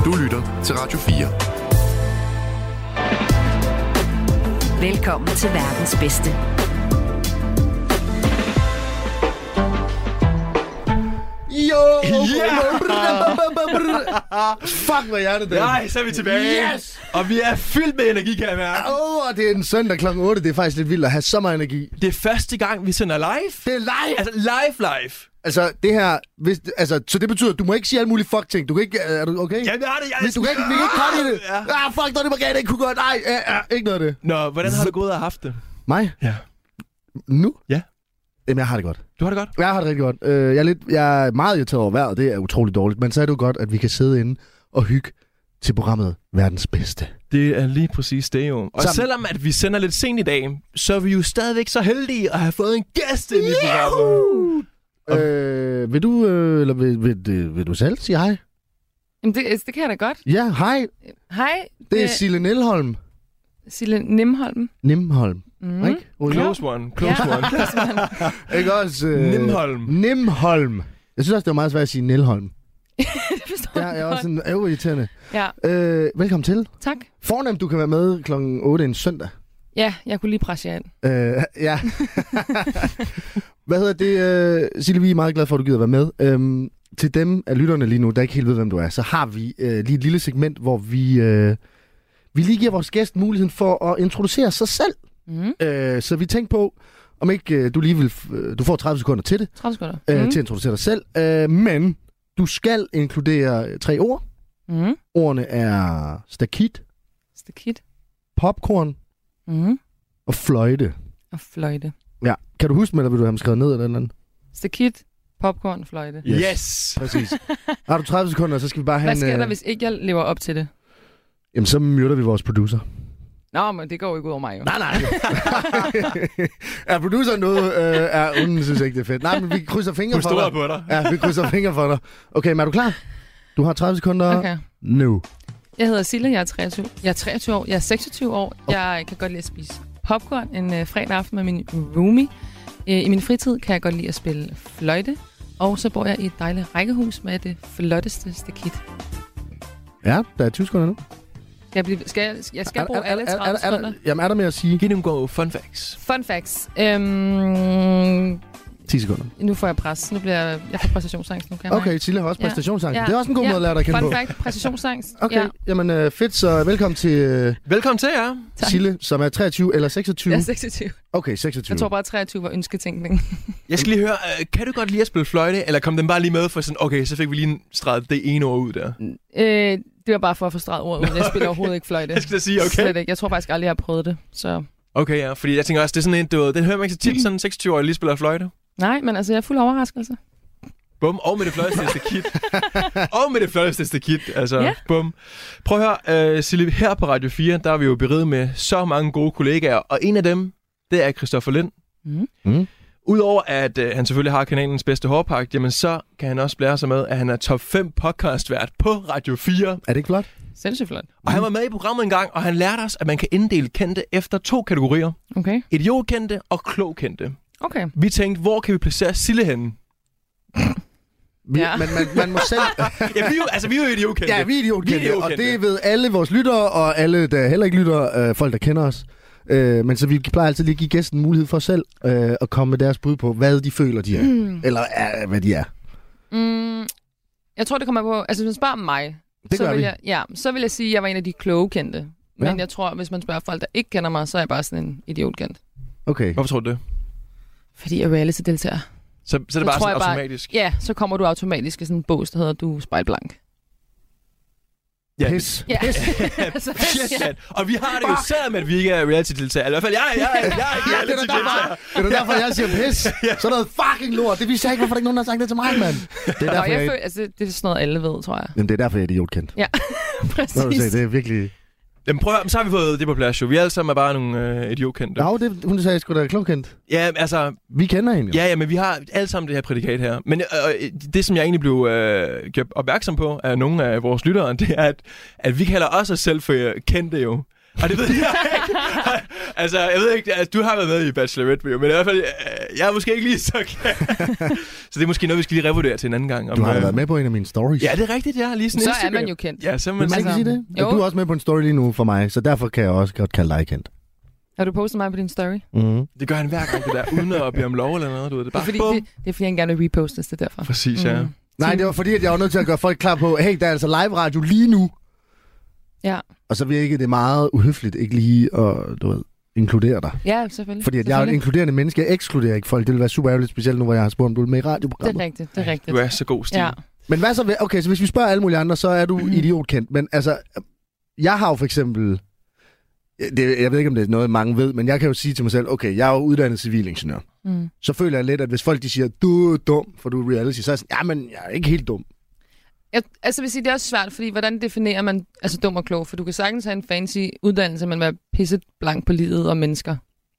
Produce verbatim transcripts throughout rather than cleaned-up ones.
Du lytter til Radio fire. Velkommen til verdens bedste. Jo! Yeah! Fuck, hvor hjertet det. Nej, så er vi tilbage. Yes! Og vi er fyldt med energi, kan jeg mærke. Åh, oh, det er en søndag klokken otte. Det er faktisk lidt vildt at have så meget energi. Det er første gang, vi sender live. Det er live! Altså, live, live. Altså, det her... Hvis, altså, så det betyder, at du må ikke sige alle mulige fuck-ting. Du kan ikke... Er du okay? Jamen, jeg har det. Jeg Hvis du kan ikke... Vi kan ikke komme i det. Ja. Ah, fuck, Donny Margrethe, ikke kunne godt. Nej, uh, uh, ikke noget af det. Nå, hvordan har du gået og haft det? Mig? Ja. Nu? Ja. Jamen, jeg har det godt. Du har det godt? Jeg har det rigtig godt. Uh, jeg, er lidt, jeg er meget irriteret over vejret. Det er utroligt dårligt. Men så er det jo godt, at vi kan sidde inde og hygge til programmet Verdens Bedste. Det er lige præcis det jo. Og Sammen. selvom at vi sender lidt sent i dag, så er vi jo stadigvæk så heldige at have fået en gæst ind i programmet. Øh, vil du, øh, eller vil, vil, vil, vil du selv sige hej? Jamen, det, det kan jeg da godt. Ja, hej. Hej. Det er Sille Nielholm. Sille Nimholm. Nimholm. Mm. Ikke? Close one. Close Ja. one. Ikke også? Øh, Nimholm. Nimholm. Jeg synes også, det var meget svært at sige Nielholm. Det forstår Jeg er jeg også godt. en øverirriterende. Ja, Øh, velkommen til. tak. Fornemt, du kan være med klokken otte en søndag. Ja, jeg kunne lige presse jer ind. Øh, ja. Hvad hedder det? Øh, Sille, vi er meget glade for, at du gider være med. Øhm, til dem af lytterne lige nu, der ikke helt ved, hvem du er, så har vi øh, lige et lille segment, hvor vi, øh, vi lige giver vores gæst muligheden for at introducere sig selv. Mm. Øh, så vi tænker på, om ikke øh, du lige vil... Øh, du får tredive sekunder til det, tredive sekunder. øh, Mm. til at introducere dig selv. Øh, men du skal inkludere tre ord. Mm. Ordene er stakit, Stakit. popcorn Mm. og fløjte. Og fløjte. Ja. Kan du huske mig, eller vil du have dem skrevet ned eller noget? Stakit, popcorn, fløjte. Yes. Yes. Præcis. Har du tredive sekunder, så skal vi bare have Hvad sker en... der, Øh... hvis ikke jeg lever op til det? Jamen, så myrder vi vores producer. Nå, men det går jo ikke ud over mig, jo. Nej, nej. Er produceren noget? Øh, er, hun synes ikke, det er fedt. Nej, men vi krydser fingre Hun for stoler dig. på dig. Ja, vi krydser fingre for dig. Okay, men er du klar? Du har tredive sekunder Okay. nu. Jeg hedder Sille, jeg er treogtyve. Jeg er treogtyve år. Jeg er seksogtyve år. Jeg kan godt lide at spise popcorn en øh, fredag aften med min roomie. Øh, I min fritid kan jeg godt lide at spille fløjte. Og så bor jeg i et dejligt rækkehus med det flotteste stakit. Ja, der er tyve sekunder nu. Skal jeg, blive, skal jeg, jeg skal bruge alle er, er, tredive er, er, sekunder? er, jamen, er der mere at sige? Giv nogle gode fun facts. Fun facts. Øhm, ti sekunder. nu får jeg pres. Nu bliver jeg, jeg får præstationsangst nu, kan jeg mærke. Okay, Sille har også Ja. præstationsangst. Ja. Det er også en god Ja. måde at lære dig at kende Fun på. fact, præstationsangst. Okay, Ja. jamen øh, fedt, så velkommen til øh, Velkommen til jer. Tak. Sille, som er treogtyve eller seksogtyve. Jeg er seksogtyve. Okay, seksogtyve. Jeg tror bare, at treogtyve var ønsketænkning. Jeg skal lige høre, øh, kan du godt lide at spille fløjte, eller kom den bare lige med for sådan, okay, så fik vi lige streget det ene ord ud der. øh, det var bare for at få streget ordet ud. Jeg spiller overhovedet ikke fløjte. Jeg skal da sige, okay. Slet ikke. Jeg tror faktisk aldrig, jeg har prøvet det. Så. Okay, ja, fordi jeg tænker også, det er sådan en, du ved, den hører man ikke så tit, sådan en seksogtyve-årig lige spiller fløjte. Nej, men altså, jeg er fuld overraskelse. Bum, og med det flotteste stakit. Og med det flotteste stakit, altså, Ja. bum. Prøv at høre, uh, Sille, her på Radio fire, der er vi jo beriget med så mange gode kollegaer, og en af dem, det er Christoffer Lind. Mm. Mm. Udover at uh, han selvfølgelig har kanalens bedste hårpakke, jamen så kan han også blære sig med, at han er top fem podcastvært på Radio fire. Er det ikke flot? Sindssygt flot. Og han var med i programmet en gang, og han lærte os, at man kan inddele kendte efter to kategorier. Okay. Idiotkendte og klogkendte. Okay. Vi tænkte, hvor kan vi placere Sille henne? Vi, Ja. men man, man må selv... Ja, vi er jo, altså, vi er jo idiotkendte. Ja, vi er idiotkendte, Vi er og idiotkendte. det ved alle vores lyttere, og alle, der heller ikke lytter, øh, folk, der kender os. Øh, men så vi plejer altid lige at give gæsten mulighed for selv øh, at komme med deres bud på, hvad de føler, de er. Mm. Eller øh, hvad de er. Mm. Jeg tror, det kommer på... Altså, hvis man spørger mig, Det så gør vil, vi. jeg, ja, så vil jeg sige, at jeg var en af de kloge kendte. Men Ja. jeg tror, hvis man spørger folk, der ikke kender mig, så er jeg bare sådan en idiotkendt. Okay. Hvorfor tror du det? Fordi jeg er reality-deltager. Så, så er det Så bare tror sådan jeg bare- automatisk. Ja, så kommer du automatisk i sådan en bås, der hedder du er spejlblank. Ja, Pis. Ja. Pis. altså, Shit, ja. man. Og vi har det jo selvom, at vi ikke er reality-deltager. I hvert fald, jeg, jeg, jeg, jeg er Ja, det er da reality-deltager. derfor, det er da derfor, jeg siger pis. Så er noget fucking lort. Det viser jeg ikke, hvorfor der ikke nogen, der har sagt det til mig, mand. Det er Nå, derfor, jeg jeg... føler, altså, det er sådan noget, alle ved, tror jeg. Jamen, det er derfor, jeg er idiotkendt. Ja, Nå, du præcis. se, det er virkelig... Jamen prøv at høre, så har vi fået det på plads jo. Vi alle sammen er bare nogle øh, idiotkendte. Nå, det, hun sagde, sgu da klogkendt. Ja, altså, Vi kender hende jo. ja, ja, men vi har alle sammen det her prædikat her. Men øh, det, som jeg egentlig blev øh, gjort opmærksom på af nogle af vores lyttere, det er, at, at vi kalder os os selv for øh, kendte jo. Og det ved jeg ikke. Altså, jeg ved ikke, altså, du har været med i Bachelorette, men i hvert fald, jeg er måske ikke lige så klar. Så det er måske noget, vi skal lige revurdere til en anden gang. Om, Du har øh... været med på en af mine stories. Ja, det er rigtigt, ja. Lige sådan Så Instagram. er man jo kendt. Ja, så er man... Men man Altså, kan sige det. jo. Du er også med på en story lige nu for mig, så derfor kan jeg også godt kalde dig kendt. Har du postet mig på din story? Mm-hmm. Det gør han hver gang, det der, uden at bede om lov eller noget. Du ved. Det er Det bare er fordi, bum. det, det er fordi, han gerne vil repostes, det er derfor. Præcis, ja. Mm. Nej, det var fordi, at jeg var nødt til at gøre folk klar på, hey, der er altså live radio lige nu. Ja. Og så virker det meget uhøfligt ikke lige at, du ved, inkludere dig. Ja, selvfølgelig. Fordi at jeg er et inkluderende menneske. Jeg ekskluderer ikke folk. Det vil være super ærgerligt, specielt nu, hvor jeg har spurgt, om du er med i Det er radioprogrammet. rigtigt, det er rigtigt. Du er så god, Stine. Ja. Men hvad så? Okay, så hvis vi spørger alle mulige andre, så er du Mhm. idiotkendt. Men altså, jeg har jo for eksempel... Det, jeg ved ikke, om det er noget, mange ved, men jeg kan jo sige til mig selv, okay, jeg er jo uddannet civilingeniør. Mm. Så føler jeg lidt, at hvis folk de siger, du er dum, for du er reality, så er jeg sådan, ja, men jeg er ikke helt dum. Jeg, altså vil sige, det er også svært, fordi hvordan definerer man altså dum og klog? For du kan sagtens have en fancy uddannelse, men være pisset blank på livet og mennesker.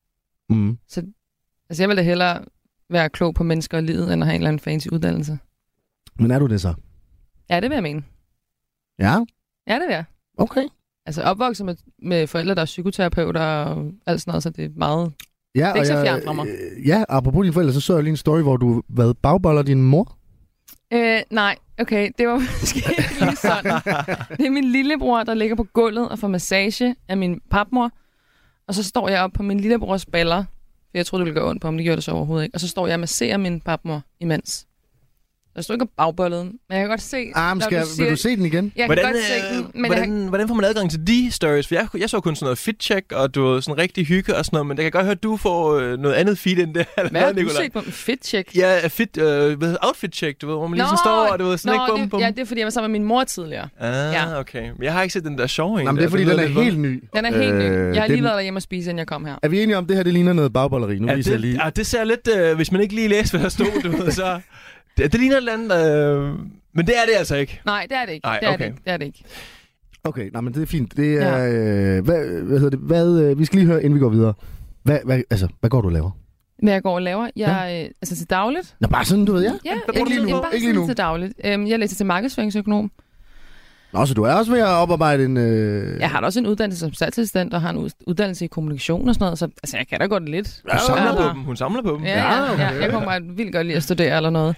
Mm. Altså jeg vil da hellere være klog på mennesker og livet, end at have en eller anden fancy uddannelse. Men er du det så? Ja, det vil jeg mene. Ja, Ja, det vil jeg. okay. Altså opvokset med, med forældre, der er psykoterapeuter og alt sådan noget, så det er meget... Ja, er ikke og så jeg- fjernt fra mig. øh, Ja, apropos dine forældre, så så jeg lige en story, hvor du hvad, bagboller din mor. Øh, nej, okay, det var måske ikke lige sådan. Det er min lillebror, der ligger på gulvet og får massage af min papmor. Og så står jeg op på min lillebrors baller, for jeg troede, det ville gå ondt på ham, det gjorde det så overhovedet ikke. Og så står jeg og masserer min papmor imens. Jeg står ikke og bagbollet, men jeg kan godt se... Ah, men når skal, siger- vil du se den igen? Jeg kan Hvordan, godt se den, men hvordan, jeg, hvordan får man adgang til de stories? For jeg, jeg så kun sådan noget fit-check, og du ved, sådan rigtig hygge og sådan noget, men jeg kan godt høre, at du får øh, noget andet feed end det. Eller hvad har noget, du Nicolaj. set på? Fit-check? Ja, fit, øh, hvad hedder outfit-check, du ved, hvor man lige sådan står, og du ved, sådan nå, ikke bum, det, bum. ja, det er fordi, jeg var sammen med min mor tidligere. Ah, Ja. okay. Men jeg har ikke set den der sjove en. Jamen, det er der. fordi, lyder den er lidt helt ny. Den er helt øh, ny. Jeg har lige den- været derhjemme og spise, inden jeg kom her. Er vi enige om, det her det ligner noget bagbolleri? Nu Ja, viser jeg det, lige. ja, det ser lidt, øh, hvis man ikke lige læser, hvad der stod, du ved, så... Det, det ligner et eller andet, øh, men det er det altså ikke. Nej, det er det ikke. Nej, det, er okay. det ikke. det er det ikke. Okay, nej, men det er fint. Det er... Ja. Øh, hvad, hvad hedder det? Hvad, øh, vi skal lige høre, inden vi går videre. Hvad, hvad, altså, hvad går du og laver? Men jeg går og laver, jeg, ja. øh, altså til dagligt. Nå, bare sådan, du ved, ja. Ja, Hvad bruger du ikke, tid på? bare Ikke lige sådan nu. til dagligt. Øhm, jeg læser til markedsføringsøkonom. Nå, så du er også ved at oparbejde en... Øh... Jeg har da også en uddannelse som salgsassistent, og har en ud- uddannelse i kommunikation og sådan noget, så altså, jeg kan da godt lidt. Hun samler Eller- på dem. Hun samler på dem. Ja, ja, Ja, okay. ja, jeg kommer bare vildt godt lide at studere eller noget.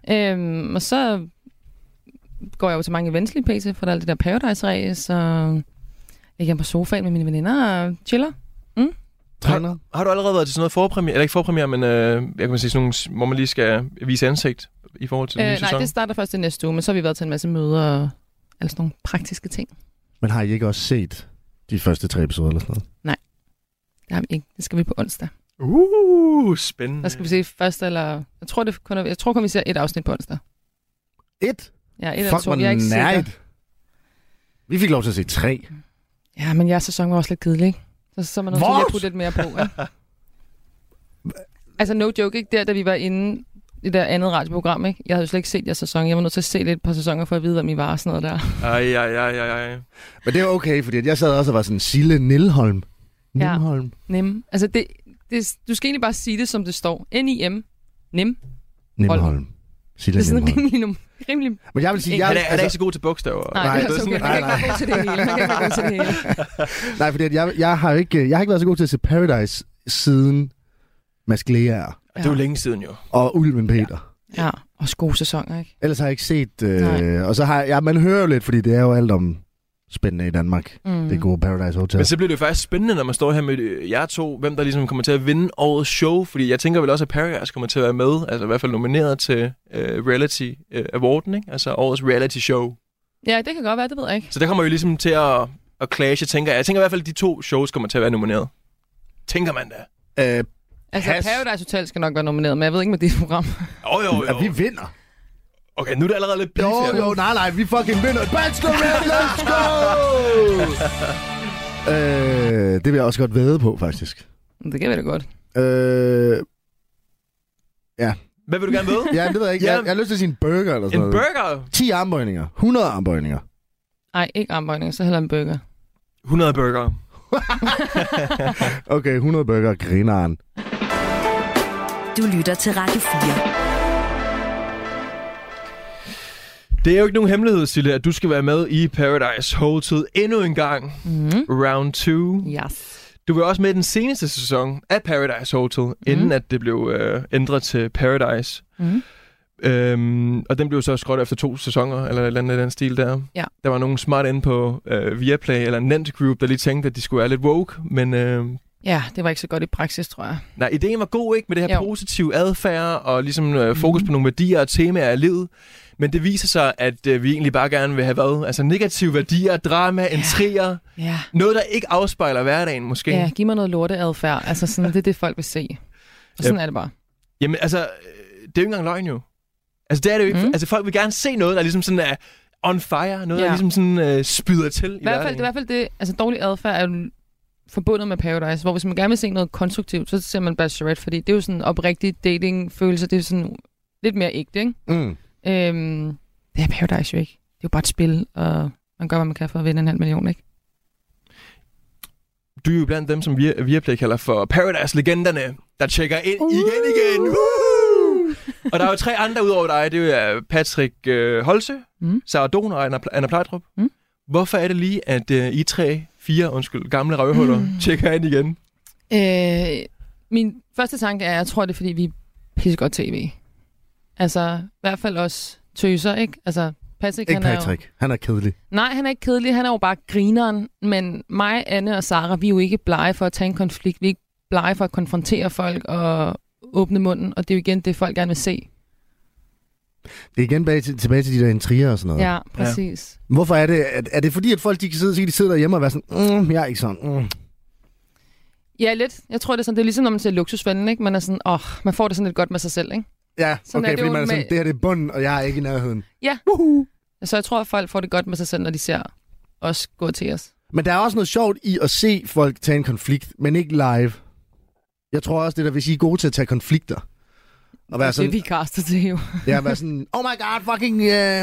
øhm, og så går jeg jo til mange events lige pt. For der er alt det der Paradise-race, og jeg er på sofaen med mine veninder og chiller. Træner? Har du allerede været til sådan noget forpremiere, eller ikke forpremiere, men øh, jeg kan sige sådan nogle, hvor man lige skal vise ansigt i forhold til den nye Øh, nej, sæson? det starter først i næste uge, men så har vi været til en masse møder og alle sådan nogle praktiske ting. Men har I ikke også set de første tre episoder eller sådan noget? Det har vi ikke. Det skal vi på onsdag. Uh, spændende. Der skal vi se først, eller... Jeg tror, det kun, er, jeg tror kun, vi ser et afsnit på onsdag. Et? Ja, et eller Fuck, to. hvor Jeg er ikke sikker. nært. Vi fik lov til at se tre. Ja, men jeres sæson var også lidt kedelig, ikke? Så, så er man nødt til lige at putte lidt mere på, ikke? Altså, no joke, ikke? Der, da vi var inde i det andet radioprogram, ikke? Jeg havde jo slet ikke set jeres sæson. Jeg var nødt til at se lidt på sæsoner, for at vide, hvem I var og sådan noget der. Ej, ej, ej, ej, ej. Men det var okay, fordi at jeg sad også og var sådan, Sille Nilholm. Ja. Nilholm. Nem. Altså, det, det, du skal egentlig bare sige det, som det står. N I M. Nem. Nilholm. Sille Det er sådan Nilholm. rimelig, num- rimelig... Men jeg vil sige, Ikke- jeg, Han er, han er ikke altså, så god til bogstaver. Nej, Nej, det er også okay. nej, Man kan nej. ikke være god til det hele. Man kan ikke være god til det hele. nej, fordi at jeg, jeg, har ikke, jeg har ikke været så god til at se Paradise siden Mads Leaer Det er jo længe siden jo. og Ulven Peter. Ja, også gode sæsoner, ikke? Ellers har jeg ikke set... Øh, Nej. og så har jeg... Ja, man hører jo lidt, fordi det er jo alt om spændende i Danmark. Mm. Mm. Det gode Paradise Hotel. Men så bliver det jo faktisk spændende, når man står her med øh, jer to, hvem der ligesom kommer til at vinde årets show, fordi jeg tænker vel også, at Paradise kommer til at være med, altså i hvert fald nomineret til øh, Reality øh, Awarden, ikke? Altså årets reality show. Ja, det kan godt være, det ved jeg ikke. Så der kommer jo ligesom til at, at clashe, tænker jeg. Jeg tænker i hvert fald, at de to shows kommer til at være nomineret. Tænker man da. Øh, Altså, Pas. Paradise Hotel skal nok være nomineret, men jeg ved ikke med dit program. Jo, jo, ja, jo. vi vinder. Okay, nu er det allerede lidt beef Jo, her. jo, nej, nej, vi fucking vinder. Bachelorette, let's go! øh, det vil jeg også godt væde på, faktisk. Det kan vi da godt. Øh, Hvad vil du gerne vide? ja, det ved jeg ikke. Jeg, jeg har lyst til at sige en burger eller sådan En noget. burger? ti armbøjninger. hundrede armbøjninger. Nej, ikke armbøjning, så heller en burger. hundrede burger. Okay, hundrede burger, grineren. Du lytter til Radio fire. Det er jo ikke nogen hemmelighed, Sille, at du skal være med i Paradise Hotel endnu en gang. Mm. Round to. Yes. Du var også med i den seneste sæson af Paradise Hotel, mm. inden at det blev øh, ændret til Paradise. Mm. Øhm, og den blev så skrottet efter to sæsoner, eller et eller andet i den stil der. Ja. Der var nogen smart inde på øh, Viaplay, eller Nent Group, der lige tænkte, at de skulle være lidt woke, men... Øh, Ja, det var ikke så godt i praksis, tror jeg. nej, ideen var god, ikke? Med det her Jo. positive adfærd, og ligesom øh, fokus mm. på nogle værdier og temaer af livet. Men det viser sig, at øh, vi egentlig bare gerne vil have været altså negative værdier, drama, Ja. intriger. Ja. Noget, der ikke afspejler hverdagen, måske. Ja, giv mig noget lorteadfærd. Altså, sådan, det er det, folk vil se. Og sådan Yep. er det bare. Jamen, altså, øh, det er jo ikke engang løgn, jo. Altså, det er det jo ikke. Mm. Altså, folk vil gerne se noget, der ligesom sådan er on fire. Noget, Ja. der ligesom sådan øh, spyder til i, I hvert fald, det er i hvert fald det, altså dårlig adfærd er jo forbundet med Paradise, hvor hvis man gerne vil se noget konstruktivt, så ser man Bachelorette, fordi det er jo sådan en oprigtig dating-følelse, det er sådan lidt mere ægte, ikke? Mm. Øhm, det er Paradise jo ikke. Det er jo bare et spil, og man gør, hvad man kan for at vinde en halv million, ikke? Du er jo blandt dem, som Via- Viaplay kalder for Paradise-legenderne, der tjekker ind Uh. igen igen. Uh! Og der er jo tre andre ud over dig. Det er Patrick øh, Holse, Mm. Sarah Don og Anna, Anna Plejdrup. Mm. Hvorfor er det lige, at øh, I tre, fire, undskyld, gamle røvhuller, mm. tjekker ind igen? Øh, min første tanke er, at jeg tror, det er, fordi vi er pissegodt tv. Altså, i hvert fald også tøser, ikke? Altså, Patrick, Ikke han er Patrick. jo... Han er kedelig. Nej, han er ikke kedelig. Han er jo bare grineren. Men mig, Anne og Sarah, vi er jo ikke blege for at tage en konflikt. Vi er ikke blege for at konfrontere folk og åbne munden. Og det er jo igen det, folk gerne vil se. Det er igen bag til, tilbage til de der intriger og sådan noget. Ja, præcis. Hvorfor er det? Er, er det fordi, at folk de kan sidde, så kan de sidde derhjemme og være sådan, mm, jeg er ikke sådan. Mm. Ja, lidt. Jeg tror, det er sådan, det er ligesom, når man ser Luksusfælden, ikke? Man er sådan, åh, oh, man får det sådan lidt godt med sig selv, ikke? Ja, Sådan er okay, det fordi jo man er sådan, med- det her det er bunden, og jeg er ikke i nærheden. Ja. Woohoo! Så jeg tror, at folk får det godt med sig selv, når de ser os gå til os. Men der er også noget sjovt i at se folk tage en konflikt, men ikke live. Jeg tror også, det der, hvis I er gode til at tage konflikter. Og være Det sådan, er vi kaster til jo. ja, være sådan, oh my god, fucking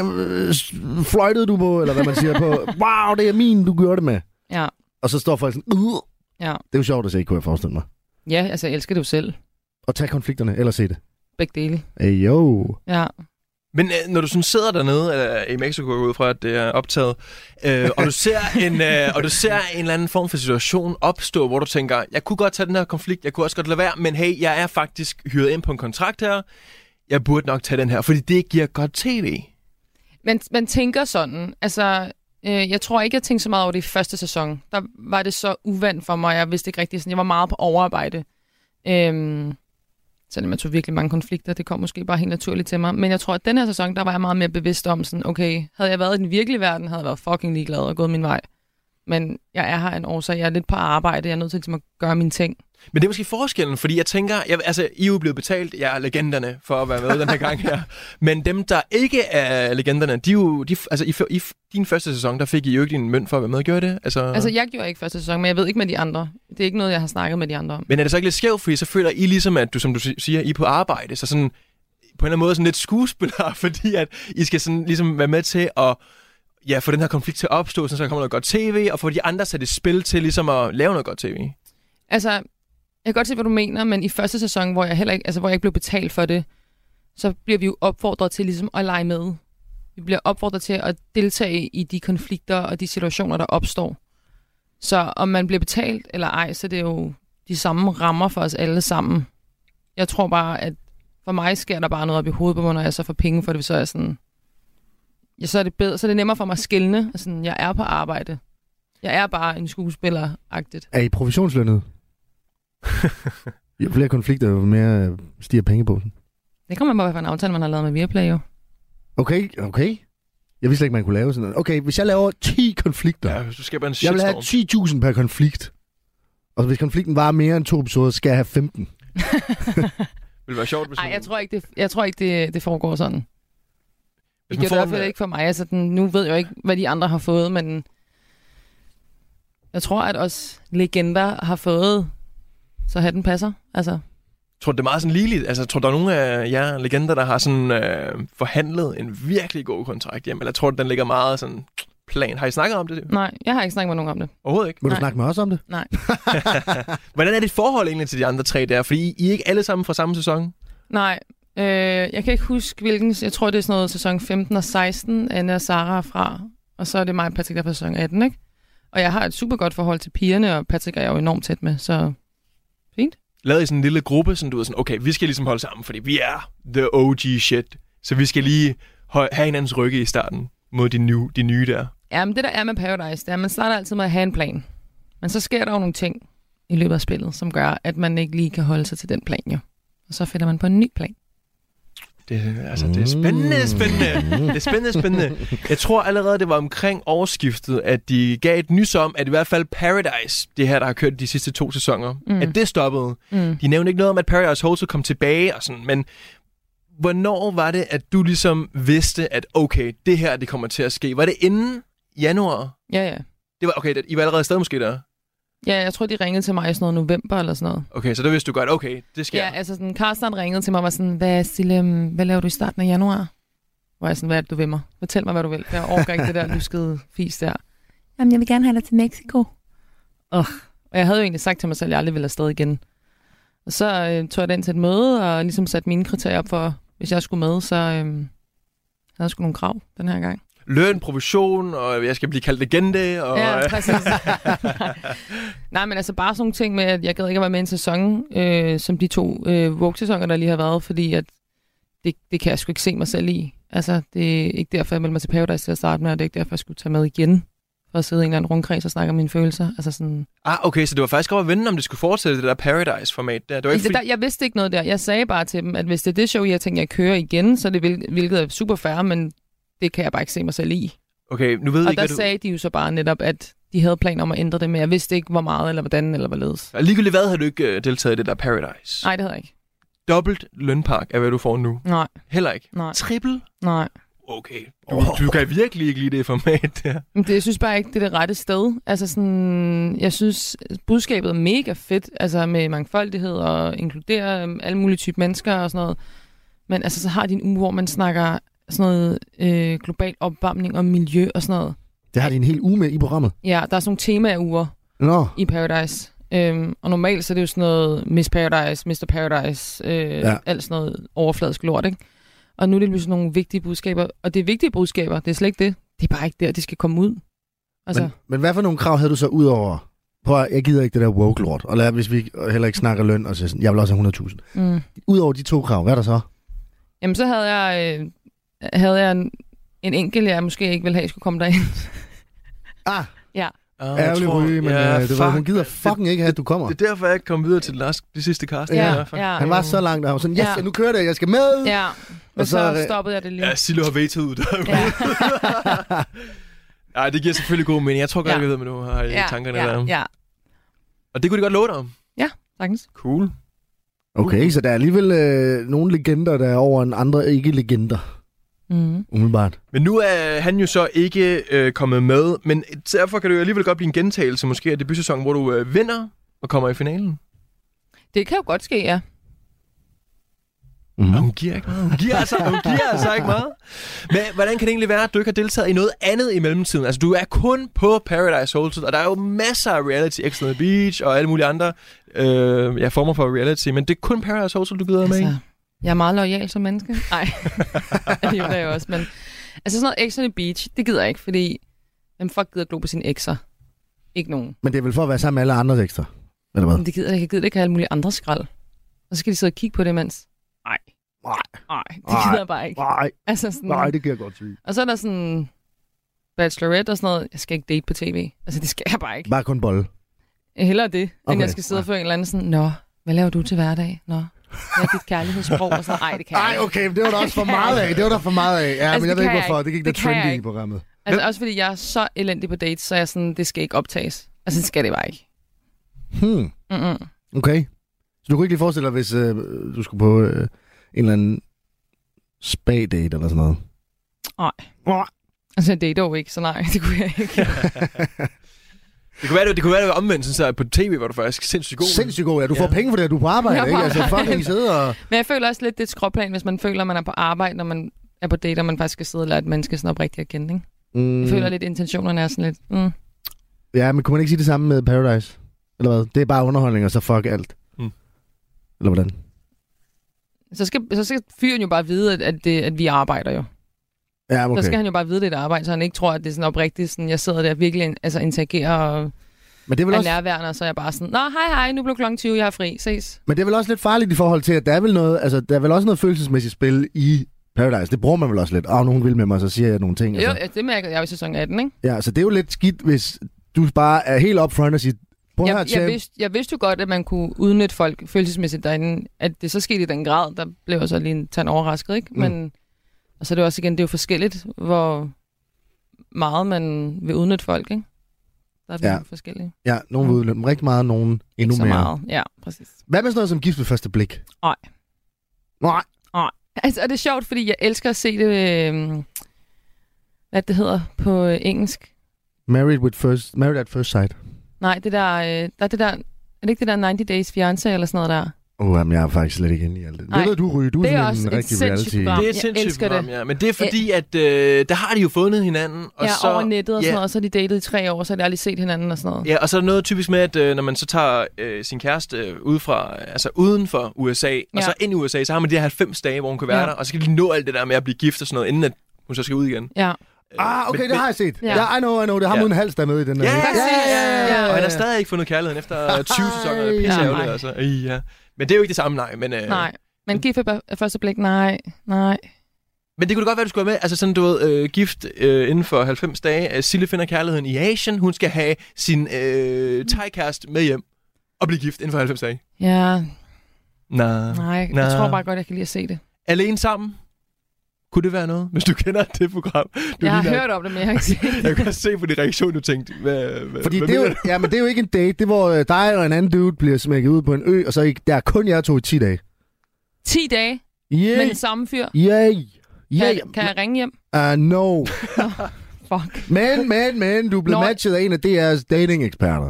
uh, fløjtede du på, eller hvad man siger på. Wow, det er min, du gjorde det med. Ja. Og så står folk sådan, uh. Ja. Det er jo sjovt at se, kunne jeg forestille mig. Ja, altså, jeg elsker det jo selv. Og tage konflikterne, eller se det. Begge dele. Hey, yo. Ja. Men øh, når du sådan sidder dernede øh, i Mexico, ud fra at det er optaget, øh, og, du ser en, øh, og du ser en eller anden form for situation opstå, hvor du tænker, jeg kunne godt tage den her konflikt, jeg kunne også godt lade være, men hey, jeg er faktisk hyret ind på en kontrakt her, jeg burde nok tage den her, fordi det giver godt tv. Men man tænker sådan, altså, øh, jeg tror ikke, jeg tænkte så meget over det i første sæson. Der var det så uvandt for mig, jeg vidste ikke rigtigt, sådan, jeg var meget på overarbejde. Øhm, selvom jeg tog virkelig mange konflikter, det kom måske bare helt naturligt til mig. Men jeg tror, at den her sæson, der var jeg meget mere bevidst om sådan, okay, havde jeg været i den virkelige verden, havde jeg været fucking ligeglad og gået min vej. Men jeg er her en årsag, jeg er lidt på arbejde, jeg er nødt til ligesom, at gøre mine ting. Men det er måske forskellen, fordi jeg tænker, jeg, altså, I er jo blevet betalt, jeg er legenderne for at være med den her gang her. Men dem, der ikke er legenderne, de er jo, de, altså i, i din første sæson, der fik I jo ikke din mønt for at være med. Gjorde det? Altså... Altså, jeg gjorde ikke første sæson, men jeg ved ikke med de andre. Det er ikke noget, jeg har snakket med de andre om. Men er det så ikke lidt skævt, fordi så føler I ligesom, at du, som du siger, I er på arbejde, så sådan på en eller anden måde sådan lidt skuespiller, fordi at I skal sådan ligesom være med til at ja, få den her konflikt til at opstå, så der kommer noget godt tv, og få de andre sat i spil til ligesom at lave noget godt tv. Altså, jeg kan godt se, hvad du mener, men i første sæson, hvor jeg heller ikke, altså, hvor jeg ikke blev betalt for det, så bliver vi jo opfordret til ligesom at lege med. Vi bliver opfordret til at deltage i de konflikter og de situationer, der opstår. Så om man bliver betalt eller ej, så det er jo de samme rammer for os alle sammen. Jeg tror bare, at for mig sker der bare noget op i hovedet på mig, når jeg så får penge for det, så er jeg sådan... Ja, så er det bedre, så er det nemmere for mig at skelne. Altså, jeg er på arbejde. Jeg er bare en skuespiller-agtigt. Er I provisionslønnet? Jo flere konflikter, jo mere stiger pengeposen. Det kommer man bare for en aftale, man har lavet med Viaplay, jo. Okay, okay. Jeg vidste ikke, man kunne lave sådan noget. Okay, hvis jeg laver ti konflikter, Ja, hvis du skaber en jeg vil have shitstorm. ti tusind per konflikt. Og hvis konflikten varer mere end to episoder, skal jeg have femten. Det ville være sjovt, hvis Nej, man- jeg tror ikke, det, jeg tror ikke, det, det foregår sådan. hvis Det man gør det i får hvert fald en, ikke for mig. Altså, den, nu ved jeg jo ikke, hvad de andre har fået, men jeg tror, at os legender har fået, så hatten passer. Altså, tror du, det er meget sådan ligeligt? Altså, tror du, der er nogle af jer legender, der har sådan øh, forhandlet en virkelig god kontrakt hjem? Eller tror du, den ligger meget sådan plan? Har I snakket om det? nej, jeg har ikke snakket med nogen om det. Overhovedet ikke. Vil du Nej. snakke med os om det? Nej. Hvordan er dit forhold egentlig til de andre tre der? Fordi I er ikke alle sammen fra samme sæson. Nej, øh, jeg kan ikke huske, hvilken... Jeg tror, det er sådan noget sæson femten og seksten, Anne og Sarah er fra. Og så er det mig og Patrick, der er fra sæson atten, ikke? Og jeg har et super godt forhold til pigerne, og Patrick er jeg jo enormt tæt med, så fint. Lavet i sådan en lille gruppe, sådan du ved sådan, okay, vi skal ligesom holde sammen, fordi vi er the O G shit. Så vi skal lige have hinandens rygge i starten mod de nye, de nye der. Ja, men det der er med Paradise, det er, at man starter altid med at have en plan. Men så sker der jo nogle ting i løbet af spillet, som gør, at man ikke lige kan holde sig til den plan, jo. Og så finder man på en ny plan. Det, altså, det er spændende, spændende. Det er spændende, spændende. Jeg tror allerede, det var omkring årsskiftet, at de gav et nys om, at i hvert fald Paradise, det her, der har kørt de sidste to sæsoner, mm. at det stoppede. Mm. De nævnte ikke noget om, at Paradise Hotel kom tilbage og sådan, men hvornår var det, at du ligesom vidste, at okay, det her, det kommer til at ske? Var det inden januar? Ja, ja. Det var, okay, I var allerede stadig måske der? Ja, jeg tror, de ringede til mig i sådan noget november eller sådan noget. Okay, så der vidste du godt, okay, det sker. Ja, altså sådan, Carsten ringede til mig og var sådan, hvad, Stille, hvad laver du i starten af januar? Hvor jeg sådan, hvad er det, du vil mig? Fortæl mig, hvad du vil. Jeg overgår ikke det der luskede fis der. Jamen, jeg vil gerne have dig til Mexico. Oh. Og jeg havde jo egentlig sagt til mig selv, at jeg aldrig ville afsted igen. Og så øh, tog jeg den til et møde, og ligesom satte mine kriterier op for, hvis jeg skulle med, så øh, havde jeg sgu nogle krav den her gang. Løn, provision, og jeg skal blive kaldt legende. Og... Ja, præcis. Nej. Nej, men altså bare sådan nogle ting med, at jeg gad ikke at være med i en sæson, øh, som de to øh, Vogue-sæsoner, der lige har været, fordi at det, det kan jeg sgu ikke se mig selv i. Altså, det er ikke derfor, jeg meldte mig til Paradise til at starte med, og det er ikke derfor, jeg skulle tage med igen, for at sidde i en eller anden rundkreds og snakke om mine følelser. Altså sådan... Ah, okay, så det var faktisk godt at vende, om det skulle fortsætte det der Paradise-format der. Det var ikke, fordi... der, jeg vidste ikke noget der. Jeg sagde bare til dem, at hvis det er det show, jeg tænker, jeg kører igen, så er det hvil- hvilket er super fair, men det kan jeg bare ikke se mig selv i. Okay, nu ved jeg og ikke, der du... sagde de jo så bare netop, at de havde planer om at ændre det, men jeg vidste ikke, hvor meget, eller hvordan, eller hvorledes. Og ligegyldigt hvad havde du ikke uh, deltaget i det der Paradise? Nej, det havde jeg ikke. Dobbelt lønpark er, hvad du får nu? Nej. Heller ikke? Nej. Triple? Nej. Okay. Du, du kan virkelig ikke lide det format der. Det, jeg synes bare ikke, det er det rette sted. Altså sådan, jeg synes, budskabet er mega fedt, altså med mangfoldighed og inkludere alle mulige typer mennesker og sådan noget. Men altså, så har de en uge, hvor man snakker sådan noget øh, global opvarmning og miljø og sådan noget. Det har de en hel uge med i programmet? Ja, der er sådan nogle temaer-uger Nå. i Paradise. Øhm, og normalt så er det jo sådan noget Miss Paradise, mister Paradise, øh, ja. alt sådan noget overfladisk lort, ikke? Og nu er det ligesom nogle vigtige budskaber. Og det er vigtige budskaber, det er slet ikke det. Det er bare ikke der, de skal komme ud. Altså. Men, men hvad for nogle krav havde du så ud over? Prøv at, jeg gider ikke det der woke-lort. Og lad, hvis vi heller ikke snakker løn, og så sådan, jeg vil også have hundrede tusind. Mm. Udover de to krav, hvad er der så? Jamen, så havde jeg, øh, havde jeg en, en enkelt, jeg måske ikke ville have, skulle komme derind. Ah! Ja. Ah, ærgerlig ryge, men ja, øh, det var, hun gider fucking ikke have, at du kommer. Det er derfor, jeg ikke kom videre til det, last, det sidste cast. Ja, ja. Han var så langt, der var sådan, yes, ja. nu kører det, jeg skal med. Ja, men og så, så stoppede jeg det lige. Ja, Silo har vetoet ud der. Ja. Nej, det giver selvfølgelig god mening. Jeg tror godt, ja. jeg ved, hvad du har i ja, tankerne ja, der. Ja. Og det kunne de godt love dig om. Ja, sagtens. Cool. Okay, så der er alligevel øh, nogle legender, der er over en andre ikke-legender. Mm. Umiddelbart. Men nu er han jo så ikke øh, kommet med, men derfor kan det jo alligevel godt blive en gentagelse måske af debutsæsonen, hvor du øh, vinder og kommer i finalen. Det kan jo godt ske, ja. Mm-hmm. Hun giver ikke meget. Hun giver, altså, hun giver altså ikke meget. Men hvordan kan det egentlig være, at du ikke har deltaget i noget andet i mellemtiden? Altså, du er kun på Paradise Hotel, og der er jo masser af reality, Ex on the Beach og alle mulige andre øh, ja, former for reality, men det er kun Paradise Hotel, du gider altså, med i? Jeg er meget loyal som menneske. Nej, det er jo også, men altså sådan noget Ex on the Beach, det gider jeg ikke, fordi hvem fuck gider glo på sine ekser? Ikke nogen. Men det er vel for at være sammen med alle andres ekstra? Eller hvad? Men det gider jeg ikke. Jeg gider ikke have alle mulige andre skrald. Og så skal de sidde og kigge på det, mens... Nej. Nej. Nej, det gider jeg bare ikke. Nej. Altså sådan... Nej, det kan jeg godt sige. Og så er der sådan... Bachelorette og sådan noget. Jeg skal ikke date på tv. Altså, det skal jeg bare ikke. Bare kun bolle? Hellere det, okay. end jeg skal sidde og få en eller anden sådan... Nå, hvad laver du til hverdag? Nå, hvad er dit kærlighedssprog? Og sådan, ej, det kan jeg ikke. Ej, okay, det var der også for meget af. Det var der for meget af. Ja, altså, men jeg ved ikke, hvorfor. Det gik der trendy i programmet. Altså, men... også fordi jeg er så elendig på dates, så jeg sådan, det skal ikke optages. Altså, det skal det bare ikke. Hmm. Mm-mm. Okay. Så du kunne ikke lige forestille dig, hvis øh, du skulle på øh, en eller anden spa-date eller sådan noget? Nej. Oh. Altså, jeg dater jo ikke, så nej, det kunne jeg ikke. Det kunne være, det, det kunne være, det var omvendt, så på tv var du faktisk sindssygt god. Sindssygt god, ja. Du får ja. penge for det, at du er på arbejde, ikke? Altså, fucking sidde og... Men jeg føler også lidt, det er et skråplan, hvis man føler, at man er på arbejde, når man er på date, og man faktisk skal sidde og lade et menneske sådan oprigtigt at kende, ikke? Mm. Jeg føler lidt, at intentionerne er sådan lidt... Mm. Ja, men kunne man ikke sige det samme med Paradise? Eller hvad? Det er bare underholdning, og så fuck alt. Mm. Eller hvordan? Så skal, så skal fyren jo bare vide, at, at, det, at vi arbejder jo. Ja, okay. Så skal han jo bare vide, det er et arbejde, så han ikke tror, at det er sådan oprigtigt, sådan, jeg sidder der og virkelig altså, interagerer og Men det er vel er også... nærværende, og så er jeg bare sådan, nå, hej, hej, nu blev klokken tyve, jeg er fri, ses. Men det er vel også lidt farligt i forhold til, at der er vel noget, altså, der er vel også noget følelsesmæssigt spil i Paradise. Det bruger man vel også lidt. Åh, nogen vil med mig, så siger jeg nogle ting. Jo, Altså. det mærker jeg jo i sæson atten, ikke? Ja, så det er jo lidt skidt, hvis du bare er helt upfront og siger, prøv her, Jeg, champ. jeg, vidste, jeg vidste jo godt, at man kunne udnytte folk følelsesmæssigt derinde. At det så skete i den grad, der blev jeg så lige en tand overrasket, ikke? Men mm. og så er det også igen, det er jo forskelligt, hvor meget man vil udnytte folk, ikke? Der er Ja. ja. forskellige. Ja, nogen vil udnytte dem rigtig meget, nogen endnu Ikke så mere. meget. Ja, præcis. Hvad med sådan noget som gift ved første blik? Nej. Nej. Nej. Altså, og det er sjovt, fordi jeg elsker at se det, øh, hvad det hedder på øh, engelsk. Married with first, married at first sight. Nej, det der, øh, der er det der, er det ikke det der halvtreds Days Fiancé eller sådan noget der? Åh, oh, jeg er faktisk slet ikke inde i alt det. Nej. Det ved du, Ryge. Du er, Det er sådan også en et rigtig sindssygt reality. program. Det er et Jeg sindssygt elsker program, det. ja. Men det er fordi, at øh, der har de jo fundet hinanden. Og Ja, så, over nettet og sådan ja, noget, og så har de datet i tre år, så har de aldrig set hinanden og sådan noget. Ja, og så er der noget typisk med, at øh, når man så tager øh, sin kæreste øh, ud fra, altså uden for U S A, ja. og så ind i U S A, så har man de her halvfems dage, hvor hun kan være Ja. der, og så kan de nå alt det der med at blive gift og sådan noget, inden at hun så skal ud igen. Ja. Ah, okay, Men- det har jeg set. Ja. Ja, yeah, I know, I know. Det har Ja. uden hals der med i den der. Ja, ikke? præcis. Ja. Og han har stadig ikke fundet kærligheden efter tyve sæsoner. Det er pisse Ja. ærgerligt, altså. Ej, ja. Men det er jo ikke det samme, nej. Men, øh, Nej. Men gift ved første blik, nej, nej. men det kunne da godt være, du skulle være med. Altså sådan, du ved, øh, gift øh, inden for halvfems dage. Øh, Sille finder kærligheden i Asien. Hun skal have sin øh, thai-kæreste med hjem og blive gift inden for halvfems dage. Ja, Nej. nej. Nå. Jeg tror bare godt, jeg kan lide at se det. Alene sammen? Kunne det være noget, hvis du kender det program? Du Jeg har ligner- hørt om det, men jeg har ikke set det. Jeg kan godt se på din reaktion, du tænkte, hvad, hvad, Fordi hvad det er, mener jo, du? ja, men det er jo ikke en date. Det er, hvor øh, dig og en anden dude bliver smækket ud på en ø, og så ikke, der er kun jer to i ti dage. ti dage Yeah. med den samme fyr. Yeah. Kan, Yeah. kan jeg ringe hjem? Uh, no. Fuck. Men, men, men, du blev Nå. matchet af en af D R's dating-eksperter.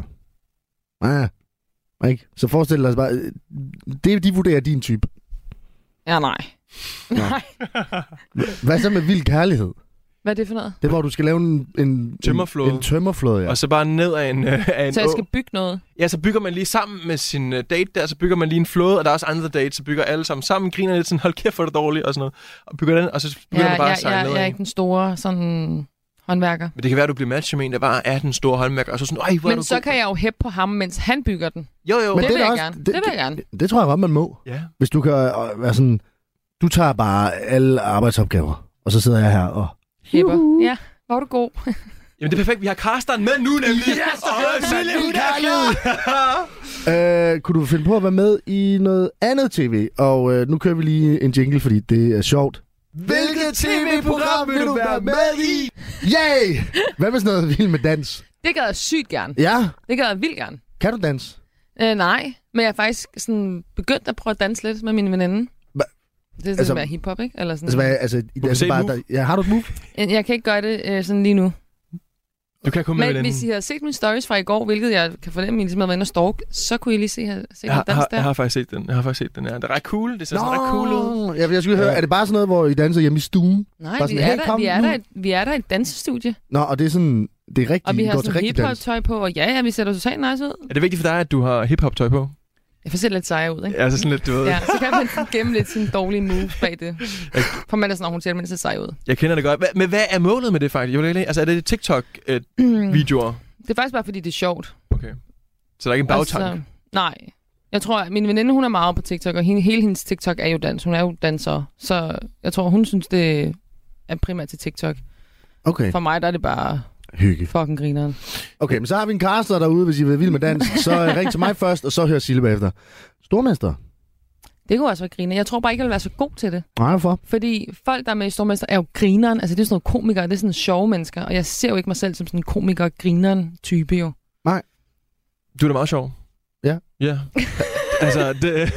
Ah, ikke? Så forestil dig bare, øh, det, de vurderer din type. Ja, nej. Nej. Hvad så med vild kærlighed? Hvad er det for noget? Det er, hvor du skal lave en, en Tømmerflåde. En, en tømmerflåde, ja. Og så bare ned af en, øh, af en Så jeg å. skal bygge noget? Ja, så bygger man lige sammen med sin uh, date der, så bygger man lige en flåde, og der er også andre dates, så bygger alle sammen sammen, griner lidt sådan, hold kæft for det dårligt, og sådan noget. Og bygger den, og så begynder Ja, man bare jeg, at sejle jeg, ned jeg er af. ikke den store sådan håndværker. Men det kan være, at du bliver matchet med en, der bare er den store håndværker, og så sådan, ej, hvor er Men du så god. kan jeg jo hæppe på ham, mens han bygger den. Jo, jo. Men Det, det vil er jeg også- gerne. det- Det, vil jeg gerne. Det, det tror jeg godt, man må. Ja. Hvis du kan øh, være sådan, du tager bare alle arbejdsopgaver, og så sidder jeg her og... Hæpper. Ja, hvor er du god. Jamen, det er perfekt. Vi har Karsten med nu, nemlig. Yes, Åh, så så vild vild Øh, kunne du finde på at være med i noget andet tv? Og øh, nu kører vi lige en jingle, fordi det er sjovt. Hvilket tv-program vil du være med i? Yay! Hvad med sådan noget vild med dans? Det gad jeg sygt gerne. Ja, Det gad jeg vildt gerne. kan du dans? Øh, nej, men jeg er faktisk sådan begyndt at prøve at danse lidt med min veninde. Hva? Det er sådan Altså- altså, være hiphop, ikke? Eller sådan. Altså, hvad, altså, vi altså se et bare, move? der, ja, har du et move? Jeg kan ikke gøre det øh, sådan lige nu. Du kan komme med Men den. hvis I har set mine stories fra i går, hvilket jeg kan fornemme, I ligesom har været inde og stalk, så kunne I lige se, se Jeg har, dans har, der. jeg har faktisk set den. Jeg har faktisk set den, ja. Det er ret cool. Det ser sådan ret cool ud. Jeg, jeg skulle høre, Ja. er det bare sådan noget, hvor I danser hjemme i stuen? Nej, Bare vi sådan, er, hey, der, kom vi, er nu. der, et, vi er der i et dansestudie, Nå, og det er sådan, det er rigtig, og vi I har går til sådan rigtig dans. hiphop-tøj på, og ja, ja, vi ser da totalt nice ud. Er det vigtigt for dig, at du har hip-hop-tøj på? Jeg får se lidt seje ud, ikke? Ja, så sådan lidt, du ved. Ja, så kan man sådan gemme lidt sine dårlige moves bag det. For man er sådan, hun ser mindst sej ud. Jeg kender det godt. Hva- Men hvad er målet med det faktisk? Jeg vil ikke, altså, er det TikTok-videoer? Det er faktisk bare, fordi det er sjovt. Okay. Så der er ikke en bagtank? Altså, nej. Jeg tror, at min veninde, hun er meget på TikTok, og hende, hele hendes TikTok er jo dans. Hun er jo danser. Så jeg tror, hun synes, det er primært til TikTok. Okay, For mig, der er det bare hygge. fucking grineren. Okay, men så har vi en caster derude, hvis I vil vild med dans. Så øh, ring til mig først, og så hør Sille bagefter. Stormester? Det kunne også være griner. Jeg tror bare ikke, jeg vil være så god til det. Nej, hvorfor? Fordi folk, der er med i Stormester, er jo grineren. Altså, det er sådan noget komikere, det er sådan sjove mennesker. Og jeg ser jo ikke mig selv som sådan en komiker-grineren-type, jo. Du er da meget sjov. Ja. Ja. altså, det...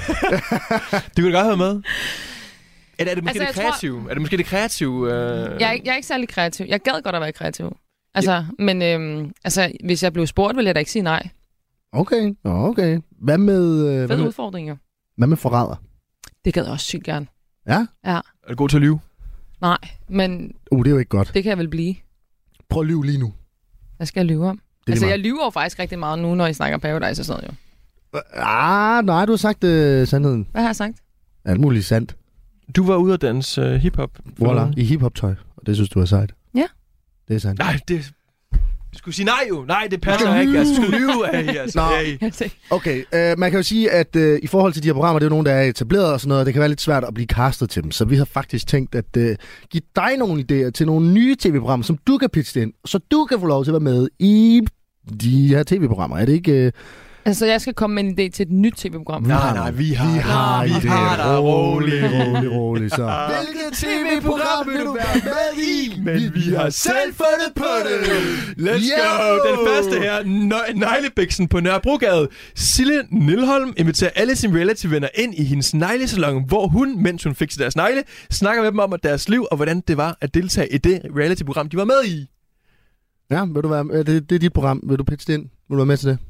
du kunne da godt have med. Eller er det måske Altså, det jeg tror- kreative? Er det måske det kreative? Øh... Jeg er, ikke- jeg er ikke særlig kreativ. Jeg gad godt at være kreativ. Altså, men øhm, altså, hvis jeg blev spurgt, ville jeg da ikke sige nej. Okay, okay. Hvad med, øh, hvad Fed med, udfordring, jo. hvad med forræder? Det gad jeg også sygt gerne. Ja? Ja. Er du god til at lyve? Nej, men Uh, det er jo ikke godt. det kan jeg vel blive. Prøv at lyve lige nu. Hvad skal jeg lyve om? Det er Altså, lige jeg lyver jo faktisk rigtig meget nu, når I snakker Paradise og sådan noget, jo. meget. Ah, nej, du har sagt øh, sandheden. Hvad har jeg sagt? Alt muligt sandt. Du var ude at danse uh, hiphop. Voilà, i hiphop-tøj. og det synes du er sejt. Ja. Det er sandt. Nej, det... Du skulle sige nej jo. Nej, det passer ikke. Altså, du skal lyve af her. Altså. Nå. Okay, øh, man kan jo sige, at øh, i forhold til de her programmer, det er jo nogen, der er etableret og sådan noget, og det kan være lidt svært at blive castet til dem. Så vi har faktisk tænkt at øh, give dig nogle idéer til nogle nye tv-programmer, som du kan pitche ind, så du kan få lov til at være med i de her tv-programmer. Er det ikke... Øh... Altså, jeg skal komme med en idé til et nyt tv-program. Nej, nej, vi har vi har, vi det. har der roligt. Roligt, roligt, så. Hvilket tv-program vil du være med i? Men vi har selv fundet på det. Let's Yo! go. Den første her, Nø- Neglebiksen på Nørrebrogade. Sille Nilholm inviterer alle sine reality-venner ind i hendes neglesalon, hvor hun, mens hun fikser deres negle, snakker med dem om deres liv og hvordan det var at deltage i det reality-program, de var med i. Ja, vil du være, det, det er dit program. Vil du pitche det ind? Vil du være med til det?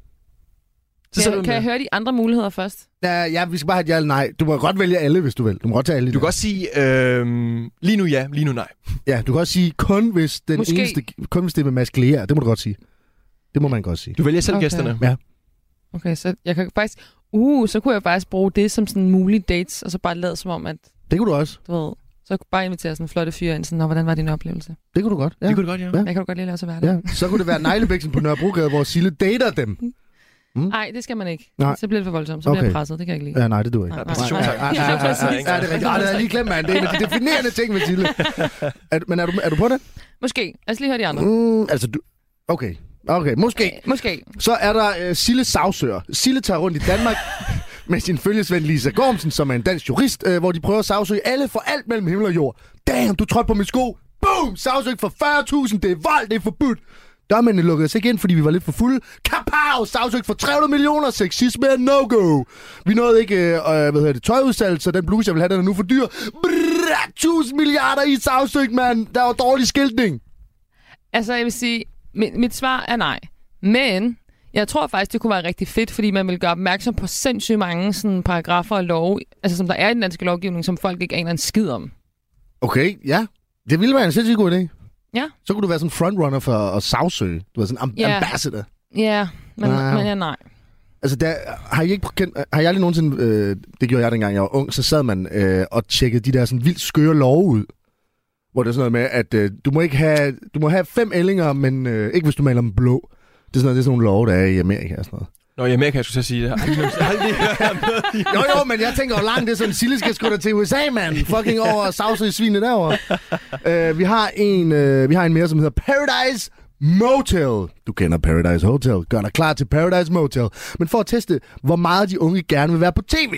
Så kan, kan jeg høre de andre muligheder først? Ja, ja, vi skal bare have et ja eller nej. Du må godt vælge alle, hvis du vil. Du må godt tage alle. Du kan også sige, øh, lige nu ja, lige nu nej. Ja, du kan også sige, kun hvis, den Måske. eneste, kun hvis det er med maskulere. Det må du godt sige. Det må man godt sige. Du vælger selv Okay. gæsterne. Ja. Okay, så jeg kan faktisk... Uh, så kunne jeg faktisk bruge det som sådan mulige dates, og så bare lade som om, at Det kunne du også. du ved... Så kunne jeg bare invitere sådan en flotte fyr ind, sådan, og hvordan var din oplevelse? Det kunne du godt. Ja. Det kunne du godt, ja. Ja. Jeg kan du godt lige lade sig være det. Ja. Så kunne det være Neglebæksen på Nørrebrogade, hvor Sille dater dem. Nej, det skal man ikke. Nej. Så bliver det for voldsomt. Så Okay. bliver jeg presset. Det kan jeg ikke lide. Ja, nej, det duer ikke. Nej, nej. Ja, ja, ja, ja, ja, ja, ja, det er rigtigt. Ja, det havde jeg lige glemt, mand. Det er en af de definerende ting med Sille. Er, men er du, er du på det? Måske. Lad os lige høre de andre. Mm, altså, du... Okay. Okay, måske. Øh, Måske. Så er der uh, Sille Sagsøger. Sille tager rundt i Danmark med sin følgesvend Lisa Gormsen, som er en dansk jurist, uh, hvor de prøver at sagsøge alle for alt mellem himmel og jord. Damn, du trådte på min sko. Boom! Sagsøg for fyrre tusind. Det er vold, det er forbudt. Dørmændene lukkede os ikke ind, fordi vi var lidt for fulde. Kapow! Sagsøg for tre hundrede millioner. Sexisme er no-go. Vi nåede ikke øh, hvad hedder det, tøjudsalg, så den bluse, jeg vil have, den er nu for dyr. Brrr, tusind milliarder i sagsøg, mand. Der var dårlig skiltning. Altså, jeg vil sige, mit, mit svar er nej. Men jeg tror faktisk, det kunne være rigtig fedt, fordi man vil gøre opmærksom på sindssygt mange sådan, paragrafer og love, altså som der er i den danske lovgivning, som folk ikke aner en skid om. Okay, ja. Det ville være en sindssygt god idé. Ja. Så kunne du være sådan en frontrunner for at sagsøge. Du var sådan en am- Ja. ambassador. Ja, men, Ah. men ja, nej. Altså, der, har I ikke kendt, har jeg aldrig nogensinde, øh, det gjorde jeg dengang jeg var ung, så sad man øh, og tjekkede de der sådan vildt skøre love ud. Hvor det er sådan noget med, at øh, du må ikke have, du må have fem ællinger, men øh, ikke hvis du maler dem blå. Det er sådan noget, det er sådan nogle love, der er i Amerika og sådan noget. Nå, i Amerika, jeg skulle så sige det. Aldrig, aldrig hørt med. Jo, jo, men jeg tænker, hvor langt det er sådan, Sille skal sgu da til U S A, mand. Fucking over og sagsøge svinet derovre. uh, vi, har en, uh, vi har en mere, som hedder Paradise Motel. Du kender Paradise Hotel. Gør dig klar til Paradise Motel. Men for at teste, hvor meget de unge gerne vil være på tv,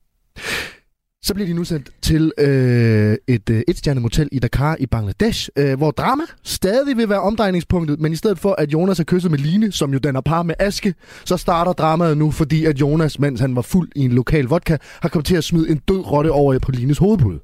så bliver de nu sendt til øh, et øh, etstjernet motel i Dakar i Bangladesh, øh, hvor drama stadig vil være omdrejningspunktet, men i stedet for, at Jonas er kysset med Line, som jo danner par med Aske, så starter dramaet nu, fordi at Jonas, mens han var fuld i en lokal vodka, har kommet til at smide en død rotte over på Lines hovedpude.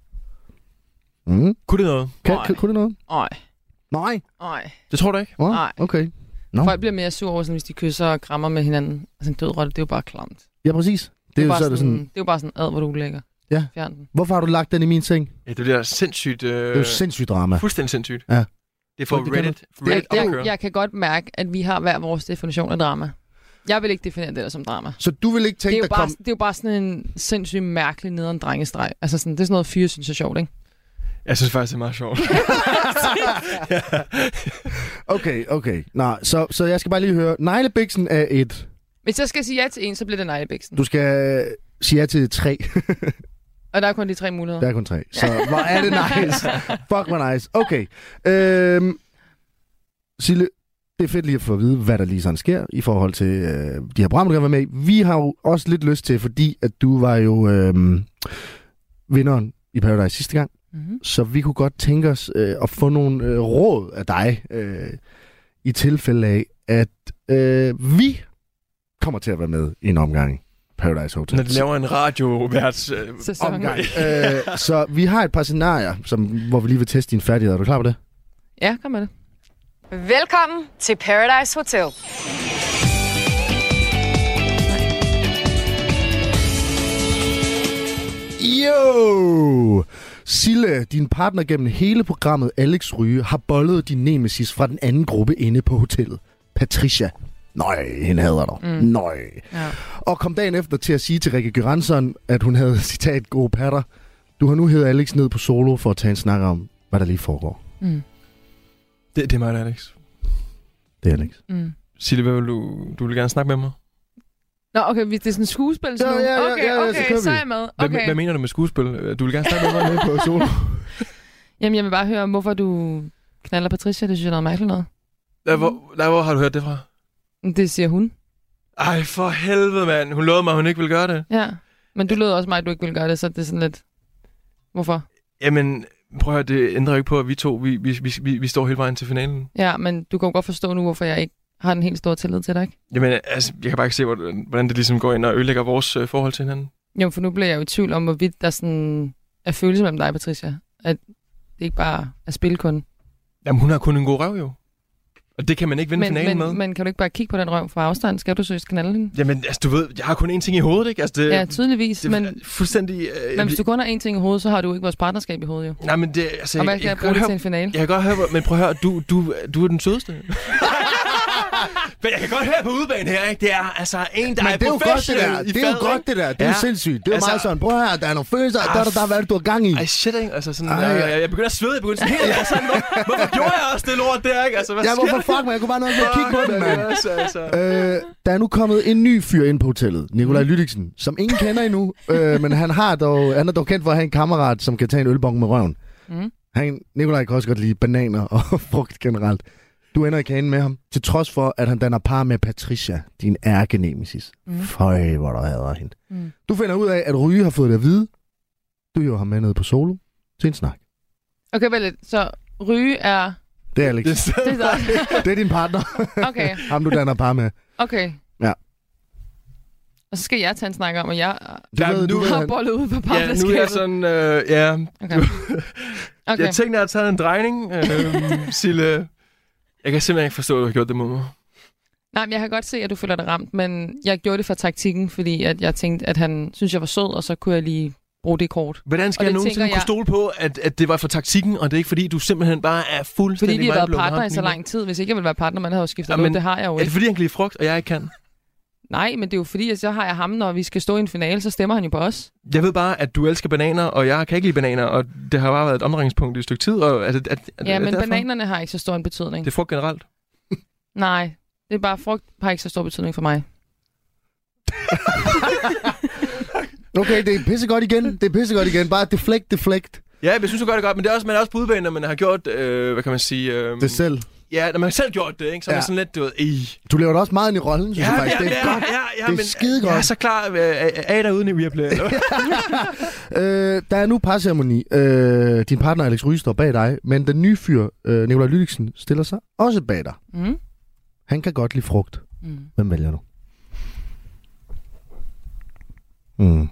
Mm. Kunne det noget? Kan, Nej. kan, kunne det noget? Nej. Nej. Nej. Det tror du ikke? Oh, Nej. okay. No. Folk bliver mere sur over, sådan, hvis de kysser og krammer med hinanden. Altså en død rotte, det er jo bare klamt. Ja, præcis. Det, Det er, er jo bare så, sådan, det sådan, det er jo bare sådan, ad, hvor du lægger. Ja. Fjern den. hvorfor har du lagt den i min seng? Ja, det bliver sindssygt... Øh, Det er jo sindssygt drama. fuldstændig sindssygt. Ja. Det er for Det kan Reddit. Det, Reddit det, at jeg, køre. jeg kan godt mærke, at vi har hver vores definition af drama. Jeg vil ikke definere det der som drama. Så du vil ikke Det er, tænke jo dig bare, kom... det er jo bare sådan en sindssygt mærkelig nederen drengestreg. Altså sådan, det er sådan noget, fyre synes er sjovt, ikke? Jeg synes faktisk, det er meget sjovt. Okay, okay. Nej, så, så jeg skal bare lige høre. Neglebiksen er et... Hvis jeg skal sige ja til en, så bliver det neglebiksen. Du skal sige ja til tre. Og der er kun de tre muligheder. Der er kun tre. Så hvor er det nice. Fuck, hvor nice. Okay. Øhm, Sille, det er fedt lige at få at vide, hvad der lige sådan sker i forhold til øh, de her programmer, du kan være med i. Vi har jo også lidt lyst til, fordi at du var jo øh, vinderen i Paradise sidste gang. Mm-hmm. Så vi kunne godt tænke os øh, at få nogle øh, råd af dig øh, i tilfælde af, at øh, vi kommer til at være med i en omgang Paradise Hotel. Når de laver en radioværts... Øh, Sæson. omgang. øh, så vi har et par scenarier, som, hvor vi lige vil teste dine færdigheder. Er du klar på det? Ja, kom med det. Velkommen til Paradise Hotel. Jo! Sille, din partner gennem hele programmet, Alex Ryge, har bollet din nemesis fra den anden gruppe inde på hotellet. Patricia. Nøj, hende hader dig. Mm. Nøj. Ja. Og kom dagen efter til at sige til Rikke Göransson, at hun havde, citat, gode patter. Du har nu hævet Alex ned på solo for at tage en snak om, hvad der lige foregår. Mm. Det, det er mig, der, Alex. Det er Alex. Mm. Silje, hvad vil du, du vil gerne snakke med mig? Nå, okay, hvis det er sådan en skuespil, så Ja, nu. ja, ja, okay, ja, ja, så okay, kører så vi. er jeg med. Hvad, Okay. hvad mener du med skuespil? Du vil gerne snakke med mig nede på solo? Jamen, jeg vil bare høre om, hvorfor du knaller Patricia. Det synes jeg er noget mærkeligt noget. Der, hvor, der, hvor har du hørt det fra? Det siger hun. Ej, for helvede, mand. Hun lovede mig, at hun ikke ville gøre det. Ja. Men du lød også mig, at du ikke ville gøre det, så det er sådan lidt... Hvorfor? Jamen, prøv at høre, det ændrer jo ikke på, at vi to, vi, vi, vi, vi, vi står hele vejen til finalen. Ja, men du kan jo godt forstå nu, hvorfor jeg ikke har en helt stor tillid til dig, ikke? Jamen, altså, jeg kan bare ikke se, hvordan, hvordan det ligesom går ind og ødelægger vores øh, forhold til hinanden. Jo, for nu bliver jeg jo i tvivl om, hvorvidt der sådan er følelse mellem dig, Patricia. At det ikke bare er spil kun. Jamen, hun har kun en god røv, jo. Og det kan man ikke vinde Men, finalen men, med. men kan du ikke bare kigge på den røv fra afstand? Skal du søge knalde hende? Jamen, altså, du ved, jeg har kun én ting i hovedet, ikke? Altså, det, Ja, tydeligvis. det, Men, er fuldstændig... Øh, men hvis du kun har én ting i hovedet, så har du ikke vores partnerskab i hovedet, jo. Nej, men det... Altså, Og hvad jeg, kan jeg, jeg, bruge jeg, det til jeg, en finale? jeg kan godt høre, men prøv at høre, du, du, du er den sødeste. Men jeg kan godt høre på udebane her, ikke? Det er altså en, der Men er det er jo godt det professional der. i Det er jo faget, godt ikke? det der. Det er jo Ja. sindssygt. Det er jo Altså- meget sådan, prøv her, der er nogle følelser, der, der, der, hvad er det, du har gang i? Ej, shit, ikke? Altså sådan, Ej, jeg, ja. jeg, jeg begynder at svede, jeg begynder sådan helt... Altså, hvor, hvorfor gjorde jeg også det lort der, ikke? Altså, hvad Ja, sker hvorfor der? fuck, man? Jeg kunne bare nok lige kigge på den, mand. Altså, altså. Øh, der er nu kommet en ny fyr ind på hotellet, Nikolaj Lydiksen, som ingen kender endnu, øh, men han, har dog, han er dog kendt for at have en kammerat, som kan tage en ølbong med røven. Mm. Han, Nikolaj kan også godt lide bananer og frugt generelt. Du ender i kagen med ham, til trods for, at han danner par med Patricia, din ærkenemesis. Mm. Føj, hvor der hader hende. Mm. Du finder ud af, at Ryge har fået det at vide. Du hiver ham med ned på solo til en snak. Okay, vel lidt. Så Ryge er... Det er Alex. Det er Det er dig. Det er din partner. Okay, Ham, du danner par med. okay. Ja. Og så skal jeg tage en snak om, at jeg Du Ja, ved, nu du ved, har han, bollet ud på Ja, partnerskabet. nu er jeg sådan... Øh, ja, Okay. Okay. jeg tænkte, at jeg har taget en drejning. Øh, Sille, jeg kan simpelthen ikke forstå, at du har gjort det mod mig. Nej, men jeg kan godt se, at du føler dig ramt, men jeg gjorde det for taktikken, fordi at jeg tænkte, at han synes, jeg var sød, og så kunne jeg lige bruge det kort. Hvordan skal Og jeg det nogensinde tænker kunne jeg- stole på, at, at det var for taktikken, og det er ikke fordi, du simpelthen bare er fuldstændig Fordi vi har været mindblown partner i ham så lige nu? lang tid. Hvis ikke jeg ville være partner, man havde jo skiftet Ja, ja, men- det har jeg jo Er det ikke. fordi, han kan lide frugt, og jeg ikke kan? Nej, men det er jo fordi, at så har jeg ham, når vi skal stå i en finale, så stemmer han jo på os. Jeg ved bare, at du elsker bananer, og jeg kan ikke lide bananer, og det har bare været et omdrejningspunkt i et stykke tid. Og er det, er, er, Ja, er men derfor? bananerne har ikke så stor en betydning. Det er frugt generelt. Nej, det er bare frugt har ikke så stor betydning for mig. okay, det er pissegodt igen. Det er pissegodt igen. Bare deflect, deflect. Ja, jeg synes, du gør det godt, men det er også, man er også på udebane, når man har gjort, øh, hvad kan man sige... Øh, Det selv. Ja, når man selv gjort det, ikke? Så er Ja. man sådan lidt, du ved, Ej. Du lever da også meget ind i rollen, synes Ja, jeg faktisk. ja, Det er ja, godt. ja, ja, Det er men skidegodt. Jeg er så klar. Øh, er I derude i Viaplay, eller hvad? Øh, der er nu parceremoni. Øh, din partner Alex Ryge står bag dig, men den nye fyr, øh, Nikolaj Lydiksen, stiller sig også bag dig. Mm. Han kan godt lide frugt. Mm. Hvem vælger du? Mm.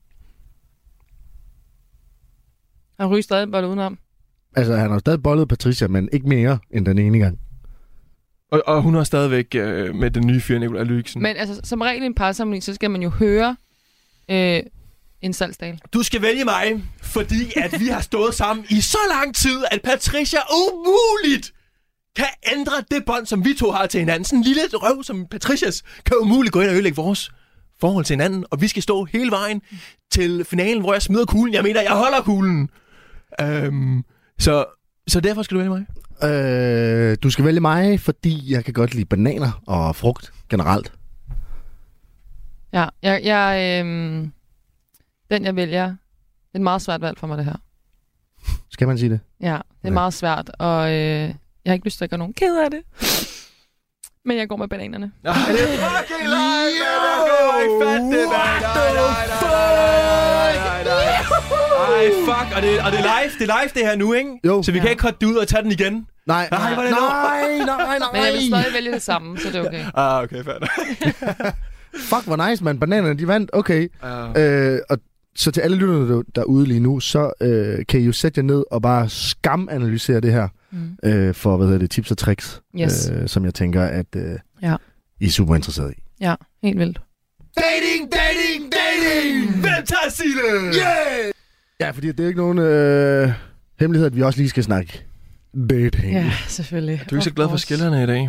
Han ryger stadig bollet udenom. Altså, han har stadig bollet Patricia, men ikke mere end den ene gang. Og, og hun er stadigvæk øh, med den nye fyr, Nikolaj Lydiksen. Men altså, som regel i en parsamling, så skal man jo høre øh, en salgsdal. Du skal vælge mig, fordi at vi har stået sammen i så lang tid, at Patricia umuligt kan ændre det bånd, som vi to har til hinanden. Sådan en lille røv som Patricias kan umuligt gå ind og ødelægge vores forhold til hinanden. Og vi skal stå hele vejen til finalen, hvor jeg smider kuglen. Jeg mener, jeg holder kuglen. Øhm, så, så derfor skal du vælge mig. Øh, du skal vælge mig, fordi jeg kan godt lide bananer og frugt generelt. Ja, jeg, jeg, øh, den jeg vælger, det er et meget svært valg for mig, det her. Skal man sige det? Ja, det er Ja. meget svært, og øh, jeg har ikke lyst til at gøre nogen ked af det. Men jeg går med bananerne. Nej, det er fucking løgn, man. Jeg kan ikke fatte det, man. Nej, nej, nej, nej, nej, nej. Ej, fuck. Og det, og det er live. Det er live, det her nu, ikke? Jo. Så vi kan Ja. ikke cutte det ud og tage den igen. Nej, Nej, hvor er det nej, nej, nej, nej. Men jeg vil stadig vælge det samme, så det er okay. Ah, okay, fair. Fuck, hvor nice, man. Bananerne, de vandt. Okay. Uh, Øh, og så til alle lytterne der- derude lige nu, så øh, kan I jo sætte jer ned og bare skamanalysere det her Mm. øh, for, hvad hedder det, tips og tricks, Yes. øh, som jeg tænker, at øh, Ja. I er super interesseret i. Ja, helt vildt. Dating, dating, dating! Hvem tager Sille? Yeah! Ja, fordi det er ikke nogen øh, hemmelighed, at vi også lige skal snakke dating. Ja, selvfølgelig. Du er ikke så glad for skillerne i dag.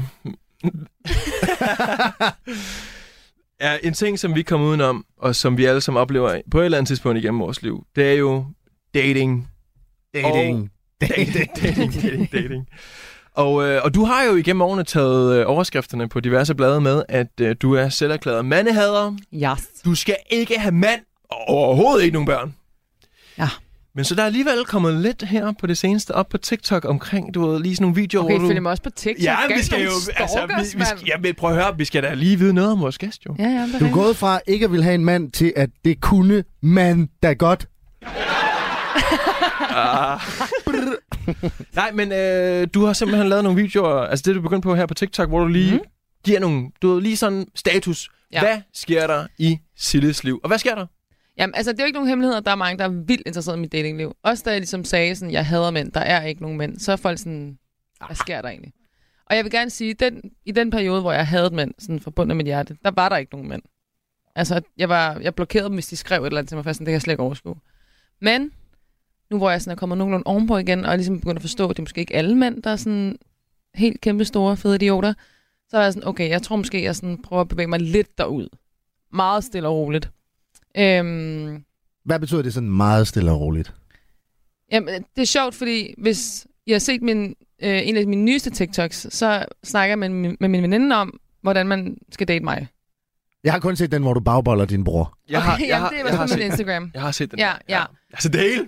Ja, en ting, som vi kommer udenom, og som vi alle sammen oplever på et eller andet tidspunkt igennem vores liv, det er jo dating. Dating. Og dating, dating, dating, dating. Og, øh, og du har jo igennem årene taget øh, overskrifterne på diverse blade med, at øh, du er selverklæret mandehader. Yes. Du skal ikke have mand, og overhovedet ikke nogen børn. Ja. Men så der er alligevel kommet lidt her på det seneste op på TikTok omkring, du ved, lige sådan nogle videoer, Okay, hvor du... følger mig også på TikTok. Ja, vi skal jo... Altså, vi, vi skal, ja, men prøv at høre, vi skal da lige vide noget om vores gæst, jo. Ja, ja, Du er gået fra ikke at ville have en mand til, at det kunne man da godt. ah. Nej, men øh, du har simpelthen lavet nogle videoer, altså det du begyndt på her på TikTok, hvor du lige mm. giver nogle, du ved, lige sådan status. Ja. Hvad sker der i Silles liv? Og hvad sker der? Jamen, altså, det er jo ikke nogen hemmelighed, at der er mange, der er vildt interesseret i mit datingliv. Også da jeg ligesom sagde, sådan, jeg hader mænd, der er ikke nogen mænd, så er folk sådan, hvad sker der egentlig? Og jeg vil gerne sige, den, i den periode, hvor jeg havde mænd, sådan forbundet med mit hjerte, der var der ikke nogen mænd. Altså, jeg, var, jeg blokerede dem, hvis de skrev et eller andet til mig, fast, det kan jeg slet ikke overskue. Men nu hvor jeg sådan er kommet nogenlunde ovenpå igen, og ligesom begyndt at forstå, at det er måske ikke alle mænd, der er sådan helt kæmpe store, fede idioter, så er jeg sådan, okay, jeg tror måske, jeg sådan prøver at bevæge mig lidt derud. Meget stille og roligt. Øhm, Hvad betyder det sådan meget stille og roligt? Jamen, det er sjovt, fordi hvis jeg har set min, øh, en af mine nyeste TikToks, så snakker jeg med, med min veninde om, hvordan man skal date mig. Jeg har kun set den, hvor du bagboller din bror. Jeg har, okay, jeg har, jamen, det er jeg har på set, min Instagram. Jeg har set den. Ja, ja. ja. Altså, det hele.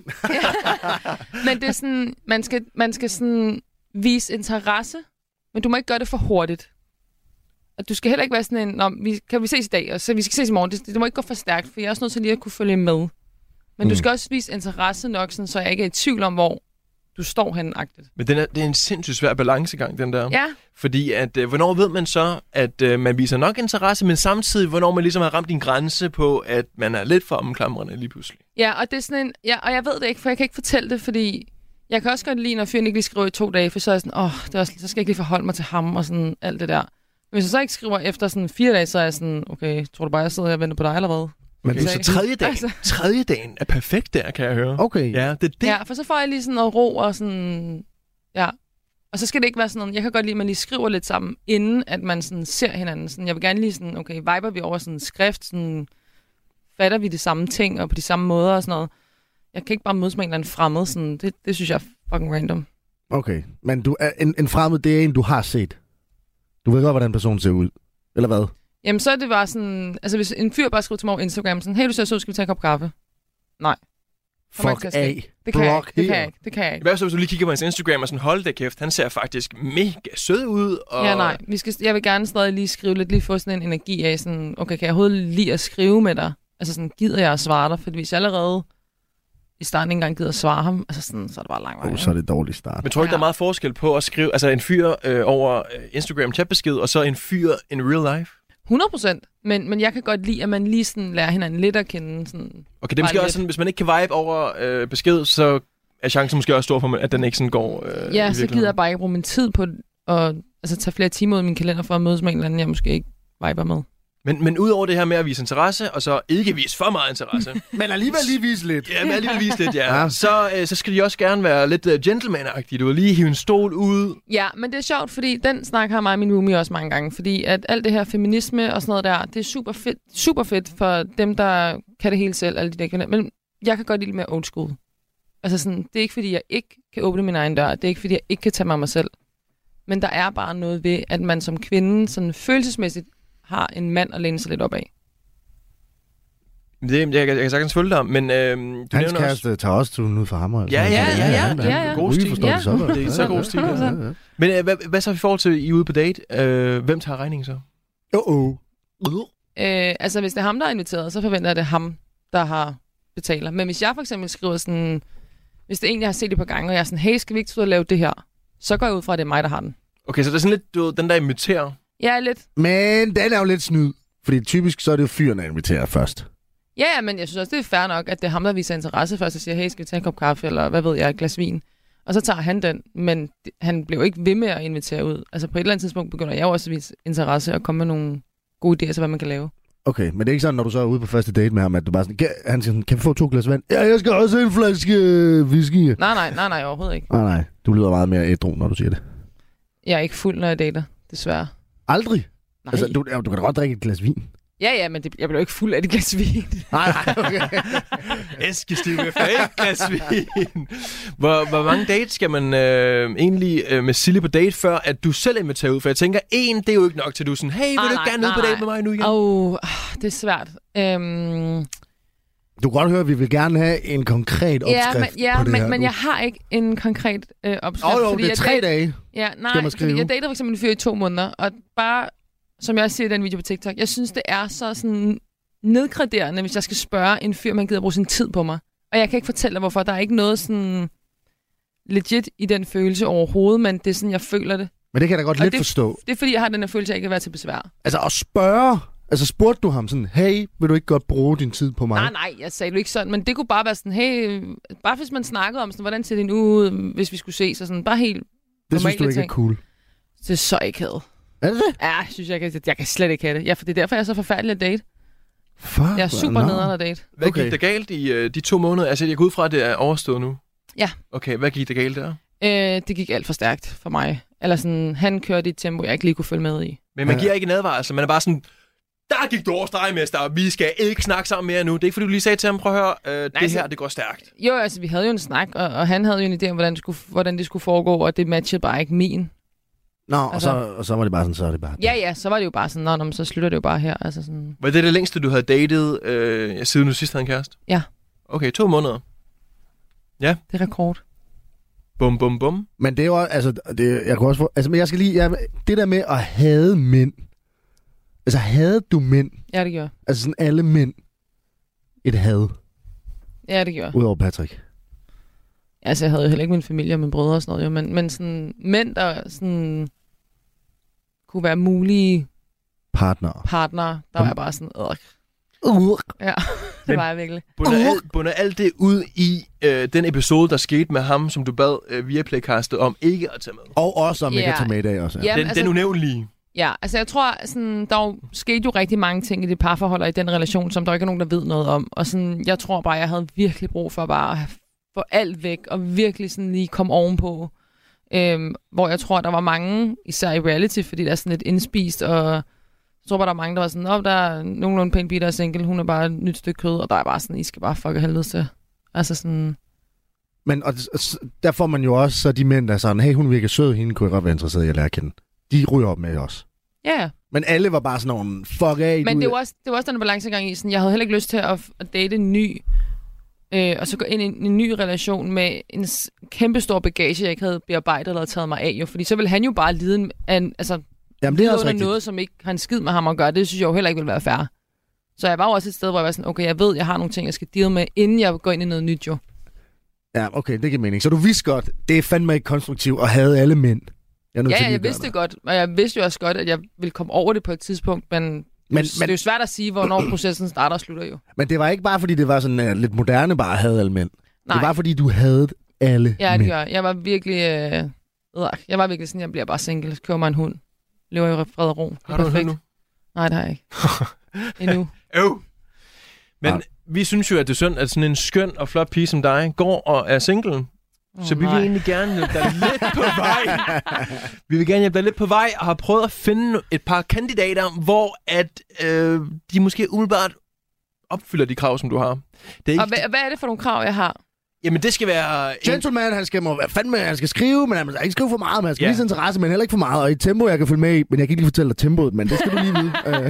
Men det er sådan, man skal, man skal sådan vise interesse, men du må ikke gøre det for hurtigt. Og du skal heller ikke være sådan en, Nå, vi, kan vi ses i dag, og så vi skal ses i morgen. Det, det må ikke gå for stærkt, for jeg er også nødt til lige at kunne følge med. Men mm. du skal også vise interesse nok, sådan, så jeg ikke er i tvivl om, hvor du står henne-agtigt. Men den er, det er en sindssygt svær balancegang, den der. Ja. Fordi at, øh, hvornår ved man så, at øh, man viser nok interesse, men samtidig, hvornår man ligesom har ramt din grænse på, at man er lidt for omklamrende lige pludselig. Ja, og det er sådan en, ja, og jeg ved det ikke, for jeg kan ikke fortælle det, fordi jeg kan også godt lide, når fyren ikke lige skriver i to dage, for så er jeg sådan, åh, det er også, så skal jeg ikke lige forholde mig til ham og sådan alt det der. Men hvis jeg så ikke skriver efter sådan fire dage, så er jeg sådan, okay, tror du bare, jeg sidder her og venter på dig, eller hvad? Men okay, så tredje dagen, altså. tredje dagen er perfekt der, kan jeg høre. Okay. Ja, det er det. Ja, for så får jeg lige sådan noget ro og sådan, ja. Og så skal det ikke være sådan noget, jeg kan godt lide, at man lige skriver lidt sammen, inden at man sådan ser hinanden. Sådan, jeg vil gerne lige sådan, okay, viber vi over sådan en skrift, sådan, fatter vi de samme ting og på de samme måder og sådan noget. Jeg kan ikke bare mødes med en eller anden fremmed, sådan, det, det synes jeg er fucking random. Okay, men du er, en, en fremmed, det er en, du har set. Du ved godt, hvordan personen ser ud. Eller hvad? Jamen, så er det bare sådan, altså hvis en fyr bare skriver til mig over Instagram, sådan, hey, du ser så, skal vi tage en kop kaffe? Nej. Fuck af. Det kan jeg ikke, det kan jeg ikke, det kan jeg ikke. Hvad så, hvis du lige kigger på hans Instagram og sådan, hold da kæft, han ser faktisk mega sød ud. Og... Ja, nej, vi skal, jeg vil gerne stadig lige skrive lidt, lige få sådan en energi af, sådan, okay, kan jeg overhovedet lide at skrive med dig? Altså sådan, gider jeg at svare dig? Fordi hvis jeg allerede i starten ikke engang gider at svare ham, altså sådan, så er det bare lang vej. Oh, så er det dårligt start. Men tror du ikke, ja. Der er meget forskel på at skrive, altså en fyr øh, over Instagram chatbesked, og så en fyr in real life? hundrede procent, men, men jeg kan godt lide, at man lige sådan lærer hinanden lidt at kende. Sådan, okay, det er måske også sådan, hvis man ikke kan vibe over øh, besked, så er chancen måske også stor for, at den ikke sådan går øh, ja, så gider jeg bare ikke bruge min tid på at altså, tage flere timer ud af min kalender for at mødes med en eller anden, jeg måske ikke viber med. Men, men udover det her med at vise interesse, og så ikke vise for meget interesse. Men alligevel lige vise lidt. Ja, men alligevel vise lidt, ja. ja. Så, øh, så skal de også gerne være lidt uh, gentleman-agtige. Du vil lige hive en stol ud. Ja, men det er sjovt, fordi den snak har mig og min roomie også mange gange. Fordi at alt det her feminisme og sådan noget der, det er super fedt, super fedt for dem, der kan det hele selv. Alle de der. Men jeg kan godt lide mere old school. Altså sådan, det er ikke fordi, jeg ikke kan åbne min egen dør. Det er ikke fordi, jeg ikke kan tage mig af mig selv. Men der er bare noget ved, at man som kvinde sådan følelsesmæssigt har en mand at læne sig lidt op af. Det, jeg, jeg, jeg kan sagtens følge dig, men øh, du hans kæreste også... tager også turen ud for ham. Ja, ja, ja, ja, ja, ja, ja. God stil. Ja. Så, det er så god stil. Ja, ja. Men øh, hvad, hvad så i forhold til, I er ude på date? Øh, hvem tager regningen så? Uh-oh. Øh, altså, hvis det er ham, der er inviteret, så forventer jeg, at det er ham, der har betaler. Men hvis jeg for eksempel skriver sådan, hvis det er en, jeg har set det på gange, og jeg er sådan, hey, skal vi ikke ud og lave det her? Så går jeg ud fra, at det er mig, der har den. Okay, så det er sådan lidt, du ved, den der inviterer. Ja, lidt. Men den er jo lidt snyd. Fordi typisk så er det jo fyren, der inviterer først. Ja, ja, men jeg synes også, det er fair nok, at det er ham, der viser interesse først og siger, hey, skal vi tage en kop kaffe, eller hvad ved jeg, et glas vin. Og så tager han den, men han blev ikke ved med at invitere ud. Altså på et eller andet tidspunkt begynder jeg også at vise interesse og komme med nogle gode idéer til, hvad man kan lave. Okay, men det er ikke sådan, når du så er ude på første date med ham, at du bare sådan, han siger sådan, kan vi få to glas vand? Ja, jeg skal også have en flaske whisky. Nej, nej, nej, nej, overhovedet ikke. Nej, nej, du lyder meget mere ædru, når du siger det. Jeg er ikke fuld, når jeg dater, desværre. Aldrig? Nej. Altså, du, du kan da godt drikke et glas vin. Ja, ja, men det, jeg blev ikke fuld af det glas vin. Nej, nej, okay. Æskestiv efter et glas vin. Hvor, hvor mange dates skal man øh, egentlig øh, med Silje på date, før at du selv inviterer ud? For jeg tænker, en, det er jo ikke nok til, du er sådan, hey, vil ah, du nej, ikke gerne nej, ud på date nej. med mig nu igen? Åh, oh, det er svært. Øhm... Du kan godt høre, at vi vil gerne have en konkret opskrift ja, men, ja, på det men, her. men nu. jeg har ikke en konkret øh, opskrift. Åh, oh, jo, fordi det er jeg tre date- dage. Ja, nej, man fordi skrive. jeg datede for eksempel en fyr i to måneder, og bare, som jeg også siger i den video på TikTok, jeg synes, det er så sådan nedgraderende, hvis jeg skal spørge en fyr, man gider bruge sin tid på mig. Og jeg kan ikke fortælle dig, hvorfor. Der er ikke noget sådan legit i den følelse overhovedet, men det er sådan, jeg føler det. Men det kan jeg da godt Og lidt det- forstå. Det er fordi, jeg har den her følelse af ikke at være til besvær. Altså at spørge... Altså spurgte du ham sådan, hey, vil du ikke godt bruge din tid på mig? Nej, nej, jeg sagde det ikke sådan, men det kunne bare være sådan, hey, bare hvis man snakkede om sådan, hvordan ser det nu ud, hvis vi skulle ses, og sådan, bare helt det synes du normale ikke er ting. cool. Det er så ikke havde. Er det det? Ja, jeg synes, jeg kan, jeg kan slet ikke have det. Ja, for det er derfor, jeg er så forfærdelig at date. Fuck, Jeg er super nå. nederen at date. Hvad Okay. gik der galt i øh, de to måneder? Altså, jeg går ud fra, at det er overstået nu. Ja. Okay, hvad gik der galt der? Øh, det gik alt for stærkt for mig. Eller sådan, han kørte i et tempo, jeg ikke lige kunne følge med i. Men man Ja. giver ikke en advarsel. Man er bare sådan, der gik du over stregen, mester. Vi skal ikke snakke sammen mere nu. Det er ikke, fordi du lige sagde til ham, prøv at høre, øh, det så- her, det går stærkt. Jo, altså, vi havde jo en snak, og, og han havde jo en idé om, hvordan det, skulle, hvordan det skulle foregå, og det matchede bare ikke min. Nå, og, Altså- så, og så var det bare sådan, så er det bare... Ja, ja, så var det jo bare sådan, nå, nå, men så slutter det jo bare her. Altså sådan, Var det det længste, du havde datet, øh, siden du sidst havde en kæreste? Ja. Okay, to måneder. det er rekord. Bum, bum, bum. Men det er jo også, altså, det, jeg kunne også få, altså, men jeg skal lige, jeg, det der med at hade mænd, altså havde du mænd, Ja, det gjorde. altså sådan alle mænd, et had, Ja, det gjorde. udover Patrick. Altså, jeg havde jo heller ikke min familie og mine brødre og sådan noget, jo, men, men sådan, mænd, der sådan, kunne være mulige Partner. partnere, der var jeg bare sådan, øh, Uh. ja, det Men- var jeg virkelig. Bunder, alt, bunder alt det ud i øh, den episode, der skete med ham, som du bad øh, via Playcastet om ikke at tage med? Og også om ikke Ja. at tage med i dag også. Ja. Ja. Jamen, Den, altså- den unævnlige. Ja, altså jeg tror, sådan, der jo, skete jo rigtig mange ting i det parforhold og i den relation, som der ikke er nogen, der ved noget om. Og sådan, jeg tror bare, jeg havde virkelig brug for bare at få alt væk og virkelig sådan lige komme ovenpå. Øhm, hvor jeg tror, der var mange, især i reality, fordi det er sådan lidt indspist, og jeg tror bare, der var mange, der var sådan, åh, oh, der er nogenlunde pænt pige, der er single, hun er bare et nyt stykke kød, og der er bare sådan, I skal bare fuck helvede til. Altså sådan, Men og, s- der får man jo også så de mænd, der er sådan, hey, hun virker sød, hende kunne jeg godt være interesseret i at lære at kende. De ryger op med os. ja, yeah. Men alle var bare sådan nogle, fuck af. Men du, det var også, det var også den balancegang i, sådan, jeg havde heller ikke lyst til at, at date en ny, øh, og så gå ind i en, en ny relation med en s- kæmpe stor bagage, jeg ikke havde bearbejdet eller taget mig af, jo. Fordi så ville han jo bare lide en, en, altså, Jamen, det er lide også under rigtigt. noget, som ikke har en skid med ham at gøre. Det synes jeg jo heller ikke ville være fair. Så jeg var jo også et sted, hvor jeg var sådan, okay, jeg ved, jeg har nogle ting, jeg skal deal med, inden jeg går ind i noget nyt, jo. Ja, okay, det giver mening. Så du vidste godt, det er fandme ikke konstruktivt at have alle mænd. Jeg er nødt Ja, til ja, lige jeg at gøre vidste det godt, og jeg vidste jo også godt, at jeg ville komme over det på et tidspunkt, men, men, Men- det, er jo- men- det er jo svært at sige, hvornår processen starter og slutter, jo. Men det var ikke bare, fordi det var sådan uh, lidt moderne bare at have alle mænd. Nej. Det var, fordi du havde alle Ja, det mænd. gør jeg. Jeg var virkelig... Øh, øh, jeg var virkelig sådan, jeg bliver bare single. Så køber mig en hund. Lever i fred og ro. Det er Har du en hund perfekt. nu? Nej, det har jeg ikke. Endnu. Øv. Men Ja. vi synes jo, at det er synd, at sådan en skøn og flot pige som dig går og er single. Oh, Så vi vil egentlig gerne hjælpe dig lidt på vej. Vi vil gerne hjælpe dig lidt på vej og har prøvet at finde et par kandidater, hvor at øh, de måske umiddelbart opfylder de krav, som du har. Det er ikke, Og hvad, hvad er det for nogle krav, jeg har? Jamen, det skal være... En, Gentleman, han skal, må, fandme, han skal skrive, men han skal ikke skrive for meget, men han skal Ja. yeah. vise interesse, men heller ikke for meget. Og i et tempo, jeg kan følge med i, men jeg kan ikke lige fortælle dig tempoet, men det skal du lige vide. Øh,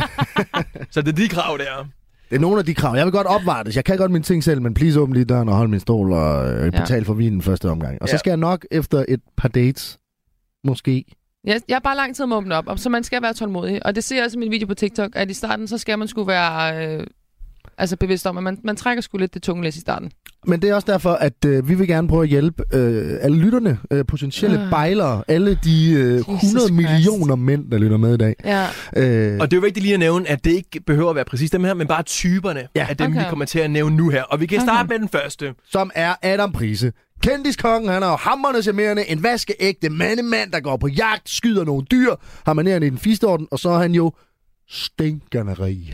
så det er de krav, der. det er nogle af de krav. Jeg vil godt opvartes. Jeg kan godt mine ting selv, men please åbne lige døren og hold min stol og øh, Ja. betale for vinen første omgang. Og så Ja. skal jeg nok efter et par dates, måske. Jeg, jeg er bare lang tid med at åbne op, og så man skal være tålmodig. Og det ser jeg også i min video på TikTok, at i starten, så skal man sgu være øh, altså bevidst om, at man, man trækker sgu lidt det tunge læs i starten. Men det er også derfor, at øh, vi vil gerne prøve at hjælpe øh, alle lytterne, øh, potentielle Øh. bejlere, alle de øh, hundrede Christ. millioner mænd, der lytter med i dag. Ja. Øh, Og det er jo vigtigt lige at nævne, at det ikke behøver at være præcis dem her, men bare typerne Ja. af dem, Okay. vi kommer til at nævne nu her. Og vi kan Okay. starte med den første. som er Adam Prise. Kendiskongen, han er jo hamrende charmerende, en vaskeægte mandemand, der går på jagt, skyder nogle dyr, harmonerende i den fistorden, og så er han jo stinkende rig.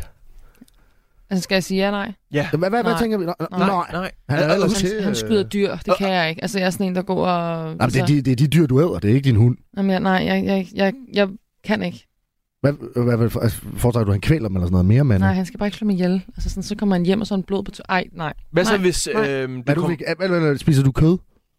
Altså, skal jeg sige ja, nej? Ja. Hvad, hvad, hvad Nej. tænker vi? Nå, Nej. nej. Nej. Han er Øh, ellers Han, til... han skyder dyr, det kan jeg ikke. Altså, jeg er sådan en, der går og... Jamen, det, er de, det er de dyr, du æder, det er ikke din hund. Jamen, jeg, nej, jeg, jeg, jeg, jeg kan ikke. Hvad, hvad, hvad altså, foretrækker du, han kvæler dem eller sådan noget mere, mand? Nej, han skal bare ikke slå mig ihjel. Altså sådan, så kommer han hjem og så en blod på to... Ej, nej. Hvad så nej, hvis... nej. Øh, du Hvad, kom... du, hvad, hvad, hvad, spiser du kød?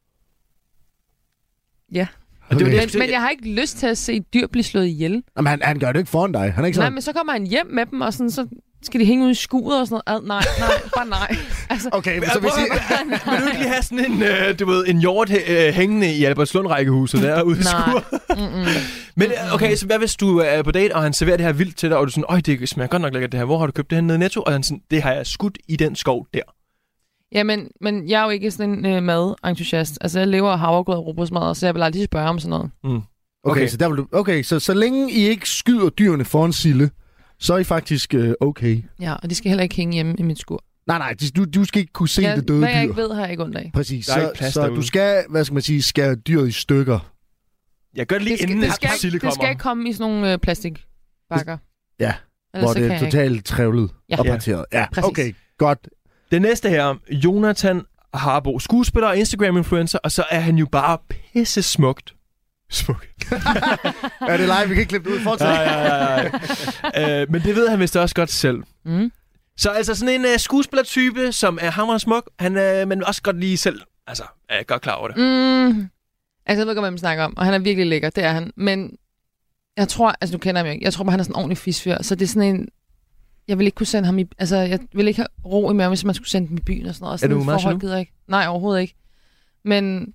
Ja. Og det var Okay. det, Men, men jeg har ikke lyst til at se dyr blive slået ihjel. Jamen, han, han gør det ikke foran dig. Han er ikke Nej, sådan... men så kommer han hjem med dem, og sådan, så skal de hænge ud i skuret og sådan noget. Ad, nej, nej, bare nej. Altså, Okay, men så vil jeg sige... Vil du ikke lige have sådan en, øh, du ved, en hjort øh, hængende i Albertslund-rækkehuset der ude i nej. skuret? Men okay, så hvad hvis du er på date, og han serverer det her vildt til dig, og du er sådan, øj, det smager godt nok lækkert det her. Hvor har du købt det her nede i Netto? Og han sådan, det har jeg skudt i den skov der. Ja, men, men jeg er jo ikke sådan en øh, madentusiast. Altså, jeg lever af havregrød og rugbrødsmadder, så jeg vil aldrig spørge om sådan noget. Mm. Okay, Okay. så der vil du... Okay, så så længe I ikke skyder dyrene foran Sille, så er I faktisk øh, okay. Ja, og de skal heller ikke hænge hjemme i mit skur. Nej, nej, du, du skal ikke kunne se Jeg, det døde hvad dyr. jeg ikke ved, har jeg ikke ondt af. Præcis, Der er så, ikke plads så derude. du skal, hvad skal man sige, skære dyret i stykker. Jeg gør det lige Det skal, inden, det, at skal, Sille ikke, kommer. det skal ikke komme i sådan nogle øh, plastikbakker. Ja, Ellers hvor så det kan er jeg ikke. totalt trævlet Ja. og parteret. Ja, Præcis. okay, godt. Det næste her, Jonathan Harbo, skuespiller og Instagram-influencer, og så er han jo bare pisse smukt. Smuk. Er det live? Vi kan ikke klippe det ud. Fortsæt. Ja, ja, ja, ja. øh, men det ved han vist også godt selv. Mm. Så altså sådan en uh, skuespillertype, som er hammerende smuk, han uh, men også godt lige selv, altså er godt klar over det. Mm. Altså, jeg ved godt, hvad man snakker om, og han er virkelig lækker, det er han. Men jeg tror, altså du kender ham jo ikke, jeg tror bare, han er sådan en ordentlig fisfyr, så det er sådan en... Jeg vil ikke kunne sende ham i... Altså, jeg vil ikke have ro i maven, hvis man skulle sende dem i byen og sådan noget. Og sådan Er du et meget forhold jaloux? gider jeg ikke. Nej, overhovedet ikke. Men...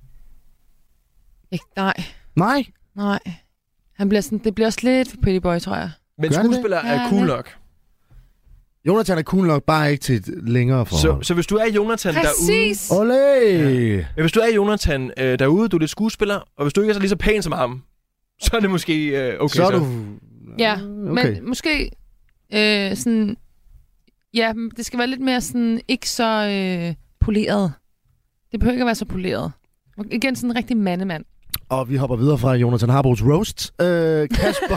Ikke, nej, Nej. nej. Han bliver sådan, det bliver også lidt for pretty boy, tror jeg. Men Gør det det? skuespiller er Ja, cool det- nok. Jonathan er cool nok, bare ikke til et længere Så, forhold. så hvis du er Jonathan Præcis! derude... Olé! Men hvis du er Jonathan øh, derude, du er lidt skuespiller, og hvis du ikke er så lige så pæn som ham, så er det måske øh, okay. Så er du... Ja, Okay. men måske øh, sådan... Ja, det skal være lidt mere sådan, ikke så øh, poleret. Det behøver ikke at være så poleret. Igen sådan en rigtig mandemand. Og vi hopper videre fra Jonathan Harbos roast. Øh, Kasper...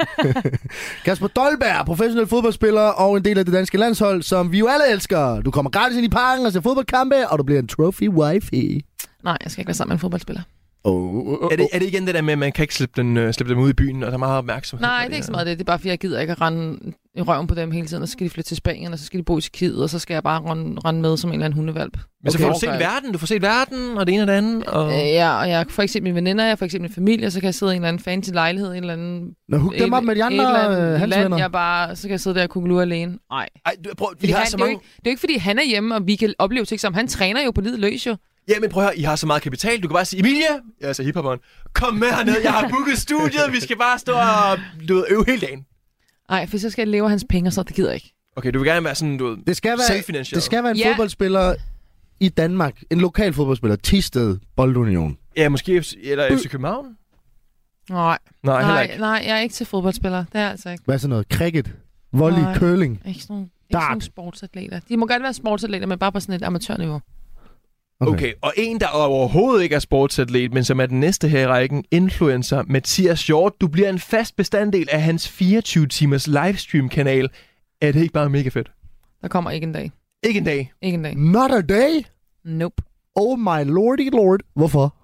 Kasper Dolberg, professionel fodboldspiller og en del af det danske landshold, som vi jo alle elsker. Du kommer gratis ind i parken og ser fodboldkampe, og du bliver en trophy wife. Nej, jeg skal ikke være sammen med en fodboldspiller. Oh, oh, oh. Er det, er det igen det der med, at man kan ikke slippe, den, øh, slippe dem ud i byen, og der er meget opmærksomhed? Nej, på det er ikke her? så meget det. Det er bare, fordi jeg gider ikke at rende i røven på dem hele tiden, og så skal de flytte til Spanien, og så skal de bo i Tjekkiet, og så skal jeg bare rende, rende med som en eller anden hundevalp. Men så Okay. får du set verden, du får set verden, og det ene og det andet. Og... Øh, ja, og jeg får ikke set mine veninder, jeg får ikke set min familie, så kan jeg sidde i en eller anden fancy lejlighed, en eller anden... Nå, hook dem op med de et eller andre andet øh, hans land, venner. jeg bare, så kan jeg sidde der og kugelure alene. Nej. Ej, du, prøv, Fordi I har han, så det, er jo mange... ikke, det er jo ikke, fordi han er hjemme, og vi kan opleve ting som han træner jo på livet løs jo. Ja, men prøv at høre, I har så meget kapital. Du kan bare sige, Emilie, jeg er altså hiphopperen, kom med herned, jeg har booket studiet, vi skal bare stå og du ved, øve hele dagen. Nej, for så skal jeg leve af hans penge, og så det gider jeg ikke. Okay, du vil gerne være sådan, du ved, Det skal være, selvfinansieret. det skal være en Ja. fodboldspiller i Danmark. En lokal fodboldspiller. Tisted Boldunion. Ja, måske F C, eller F C København? Nej, Nej, heller nej, ikke. nej, jeg er ikke til fodboldspiller. Det er jeg altså ikke. Hvad er sådan noget? Cricket? Volley? Nej. Curling? Ikke sådan nogle, ikke Dart. sådan nogle sportsatleter. De må godt være sportsatleter, men bare på sådan et amatørniveau. Okay. okay, og en, der overhovedet ikke er sportsatlet, men som er den næste her i rækken, influencer Mathias Hjort. Du bliver en fast bestanddel af hans fireogtyve timers livestream-kanal. Er det ikke bare mega fedt? Der kommer ikke en dag. Ikke en dag. Ikke en dag. Not a day? Nope. Oh my lordy lord. Hvorfor?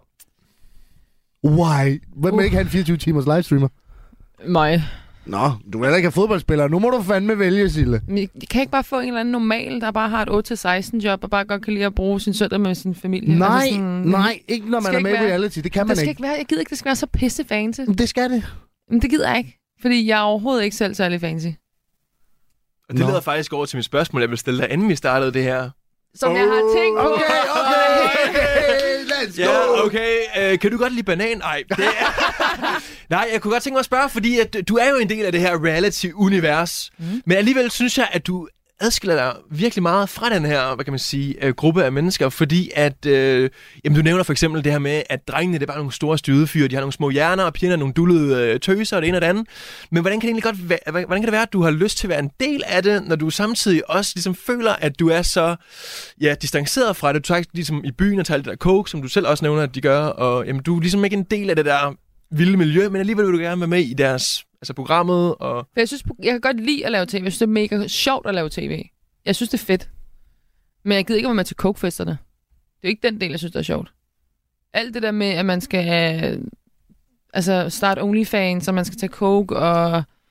Why? Hvem vil Uh. ikke have en fireogtyve timers livestreamer? Mig. Nå, du vil heller ikke have fodboldspillere. Nu må du fandme vælge, Sille. Men jeg kan ikke bare få en eller anden normal, der bare har et otte til seksten job, og bare godt kan lide at bruge sin søndag med sin familie. Nej, altså sådan, nej, ikke når man skal er med i ikke være- reality. Det kan Det man skal ikke. ikke være, jeg gider ikke, det skal være så pisse fancy. Det skal det. Men det gider jeg ikke, fordi jeg er overhovedet ikke selv særlig fancy. Og det Nå. leder faktisk over til mit spørgsmål, jeg vil stille dig, inden vi startede det her. Som oh, jeg har tænkt på. Okay, okay. Let's go. Ja, okay. Uh, kan du godt lide banan? Nej, det er... Nej, jeg kunne godt tænke mig at spørge, fordi at du er jo en del af det her reality-univers. Mm. Men alligevel synes jeg, at du adskiller dig virkelig meget fra den her, hvad kan man sige, uh, gruppe af mennesker, fordi at, uh, jamen du nævner for eksempel det her med, at drengene, det er bare nogle store stødefyre, de har nogle små hjerner, og pigerne er nogle dullede uh, tøser, og det ene og det andet. Men hvordan kan det egentlig godt være, hvordan kan det være, at du har lyst til at være en del af det, når du samtidig også ligesom føler, at du er så ja, distanceret fra det? Du tager ligesom i byen og tager det der coke, som du selv også nævner, at de gør, og jamen, du er ligesom ikke en del af det der vilde miljø, men alligevel vil du gerne være med i deres altså programmet. Og... For jeg synes, jeg kan godt lide at lave tv. Jeg synes, det er mega sjovt at lave tv. Jeg synes, det er fedt. Men jeg gider ikke være med til coke-festerne. Det er jo ikke den del, jeg synes, der er sjovt. Alt det der med, at man skal altså starte OnlyFans, og man skal tage coke, og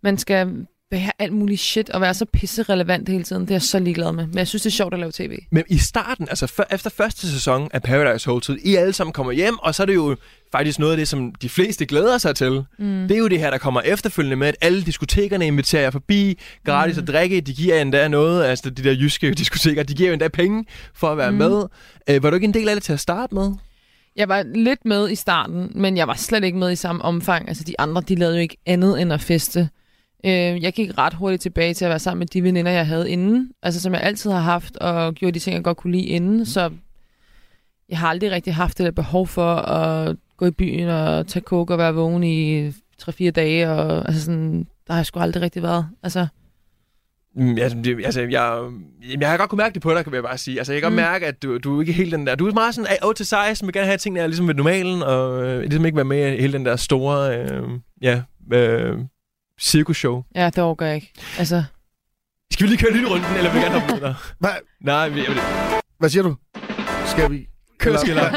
man skal være alt muligt shit og være så pisserelevant hele tiden. Det er jeg så ligeglad med. Men jeg synes, det er sjovt at lave tv. Men i starten, altså for, efter første sæson af Paradise Hotel, I alle sammen kommer hjem, og så er det jo faktisk noget af det, som de fleste glæder sig til. Mm. Det er jo det her, der kommer efterfølgende med, at alle diskotekerne inviterer jer forbi, gratis mm. at drikke, de giver endda noget, altså de der jyske diskoteker, de giver endda penge for at være mm. med. Øh, var du ikke en del af det til at starte med? Jeg var lidt med i starten, men jeg var slet ikke med i samme omfang. Altså de andre, de lavede jo ikke andet end at feste. Jeg gik ret hurtigt tilbage til at være sammen med de veninder, jeg havde inden. Altså som jeg altid har haft, og gjorde de ting, jeg godt kunne lide inden. Så jeg har aldrig rigtig haft det der behov for at gå i byen og tage coke og være vågen i tre fire dage. Og, altså sådan, der har jeg sgu aldrig rigtig været. Altså... Mm, altså, det, altså, jeg, jeg har godt kunne mærke det på dig, kan jeg bare sige. Altså, jeg kan mm. godt mærke, at du, du er ikke helt den der... Du er meget sådan otte til seksten, vil gerne have tingene ligesom ved normalen, og øh, ligesom ikke være med i hele den der store... Øh, ja... Øh, cirkusshow. Ja, det overgår jeg ikke. Altså... Skal vi lige køre en lille runden, eller vil vi gerne hoppe med dig? Hvad? Nej, vi... Hvad siger du? Skal vi... Kør, skiller.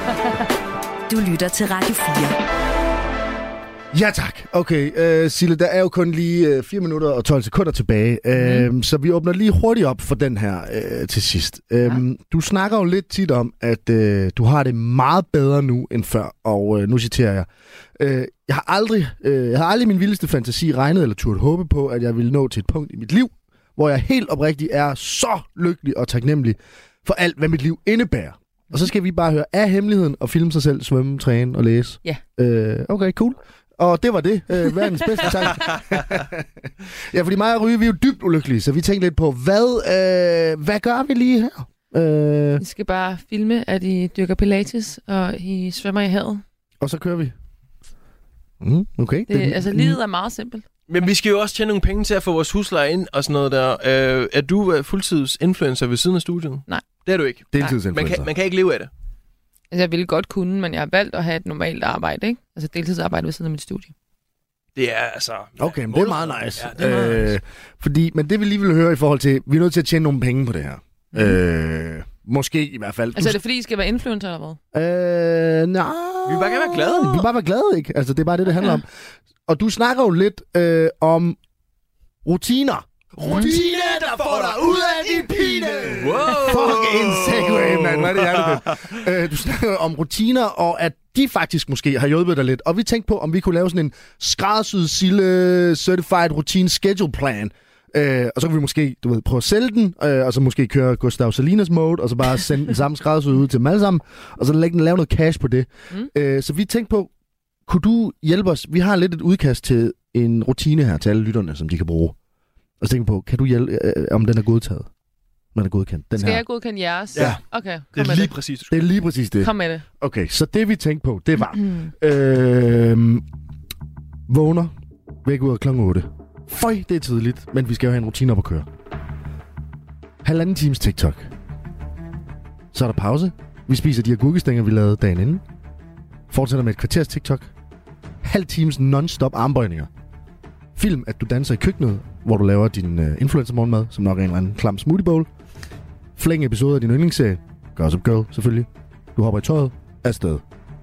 Du lytter til Radio fire. Ja, tak. Okay, uh, Sille, der er jo kun lige uh, fire minutter og tolv sekunder tilbage, uh, mm. så vi åbner lige hurtigt op for den her uh, til sidst. Uh, ja. Du snakker jo lidt tit om, at uh, du har det meget bedre nu end før, og uh, nu citerer jeg. Uh, jeg har aldrig, uh, jeg har aldrig i min vildeste fantasi regnet eller turde håbe på, at jeg ville nå til et punkt i mit liv, hvor jeg helt oprigtigt er så lykkelig og taknemmelig for alt, hvad mit liv indebærer. Og så skal vi bare høre af hemmeligheden og filme sig selv, svømme, træne og læse. Ja. Uh, okay, cool. Og det var det. Øh, verdens bedste sang. Ja, fordi mig og Ryge, vi er jo dybt ulykkelige, så vi tænkte lidt på, hvad, øh, hvad gør vi lige her? Øh... Vi skal bare filme, at I dyrker pilates, og I svømmer i havet. Og så kører vi. Mm, okay. Det, det, altså, livet er meget simpelt. Men vi skal jo også tjene nogle penge til at få vores husleje ind og sådan noget der. Øh, er du fuldtidsinfluencer ved siden af studiet? Nej. Det er du ikke? Deltidsinfluencer. Man kan, man kan ikke leve af det? Altså, jeg ville godt kunne, men jeg har valgt at have et normalt arbejde, ikke? Altså deltidsarbejde ved siden af mit studie. Det er altså... Okay, men det er meget nice. Ja, det er meget øh, nice. Fordi, men det vi lige vil høre i forhold til, vi er nødt til at tjene nogle penge på det her. Mm. Øh, måske i hvert fald. Altså er det fordi, I skal være influencer eller hvad? Øh, nej. Vi vil bare gerne være glade. Vi vil bare være glade, ikke? Altså det er bare det, det handler om. Og du snakker jo lidt øh, om rutiner. Rutiner, der får dig ud af din pine! Wow. Fuck en segway, mand. Hvad er det, jeg det? Øh, du snakker om rutiner, og at de faktisk måske har hjulpet dig lidt. Og vi tænkte på, om vi kunne lave sådan en skræddersyet Sille Certified Routine Schedule Plan. Øh, og så kan vi måske, du ved, prøve at sælge den, øh, og så måske køre Gustav Salinas mode, og så bare sende den samme skræddersyd ud til dem alle sammen, og så lægge den, lave noget cash på det. Mm. Øh, så vi tænkte på, kunne du hjælpe os? Vi har lidt et udkast til en rutine her til alle lytterne, som de kan bruge. Og så tænker på, kan du hjælpe, øh, om den er godtaget? Om den er godkendt. Den Skal her. jeg godkende jeres? Ja. Okay, kom det er med lige det. præcis. Det er lige præcis det. Kom med det. Okay, så det vi tænkte på, det var, mm. øh, vågner, væk ud af klokken otte. Føj, det er tidligt, men vi skal jo have en rutine op at køre. Halvanden times TikTok. Så er der pause. Vi spiser de her gurkestænger, vi lavede dagen inden. Fortsætter med et kvarters TikTok. Halv times non-stop armbøjninger. Film, at du danser i køkkenet, hvor du laver din uh, influencer-morgenmad, som nok er en eller anden klam smoothie bowl. Flæng episoder af din yndlingsserie. Gossip Girl, selvfølgelig. Du hopper i tøjet. Afsted.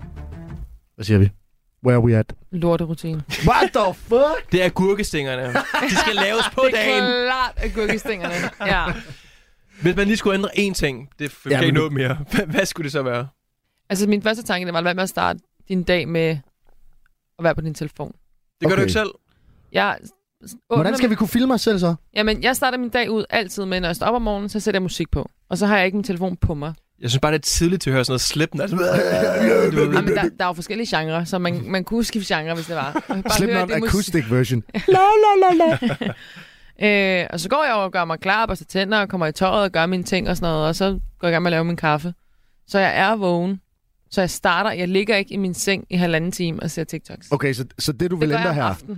Hvad siger vi? Where are we at? Lorterutine. What the fuck? Det er gurkestængerne. De skal laves på det er dagen. Det er klart af gurkestængerne. Ja. Hvis man lige skulle ændre én ting, det kan ja, ikke nå mere. Hvad skulle det så være? Altså min første tanke, det var at med at starte din dag med at være på din telefon. Det gør okay. du ikke selv? Jeg Hvordan skal vi kunne filme os selv så? Jamen, jeg starter min dag ud altid med, når jeg står op om morgenen, så sætter jeg musik på. Og så har jeg ikke min telefon på mig. Jeg synes bare, det er tidligt til at høre sådan noget Slipknot. Jamen, der, der er jo forskellige genrer, så man, man kunne skifte genre, hvis det var. Slipknot acoustic version. la, la, la, la. øh, og så går jeg over og gør mig klar, og så tænder og kommer i tøjet og gør mine ting og sådan noget, og så går jeg i gang med at lave min kaffe. Så jeg er vågen. Så jeg starter, jeg ligger ikke i min seng i halvanden time og ser TikToks. Okay, så, så det du det vil ændre her... aften.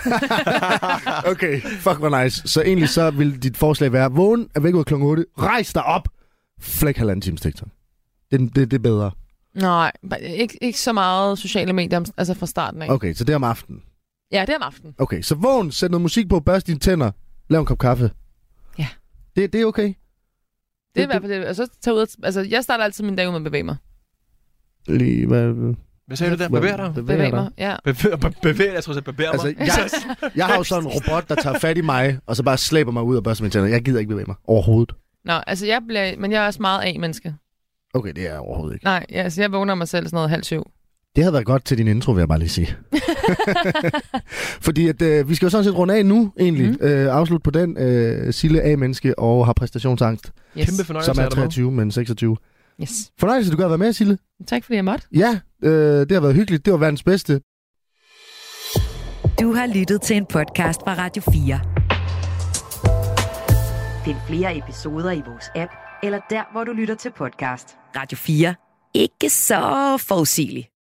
Okay, fuck hvor nice. Så egentlig så vil dit forslag være, vågen er væk ud klokken otte, rejs dig op, flæk halvanden times TikTok. Det, det, det er bedre. Nej, ikke, ikke så meget sociale medier, altså fra starten af. Okay, så det er om aftenen. Ja, det er om aftenen. Okay, så vågen, sæt noget musik på, børst dine tænder, lav en kop kaffe. Ja. Det, det er okay? Det er i hvert fald det. Og så tage ud, altså jeg starter altid min dag ud med at bevæge mig. Lige, hvad, Hvad sagde du der? Bevæger dig? Bevæg mig, ja. Bevæger, bevæger jeg tror jeg bevæger mig. Altså, jeg, jeg har jo sådan en robot, der tager fat i mig, og så bare slæber mig ud og børster mine tænder. Jeg gider ikke bevæge mig overhovedet. Nå, altså jeg bliver... Men jeg er også meget A-menneske. Okay, det er jeg overhovedet ikke. Nej, ja, altså jeg vågner mig selv sådan noget halv syv. Det havde været godt til din intro, vil jeg bare lige sige. Fordi at, øh, vi skal jo sådan set runde af nu, egentlig. Mm. Øh, afslut på den. Øh, Sille A-menneske og har præstationsangst. Yes. Kæmpe fornøjelse. Som er treogtyve, men seksogtyve. Yes. Fornøjelse, du gør at være med, Sille. Tak fordi jeg måtte. Ja, øh, det har været hyggeligt. Det var verdens bedste. Du har lyttet til en podcast fra Radio fire. Find flere episoder i vores app, eller der, hvor du lytter til podcast. Radio fire. Ikke så forudsigeligt.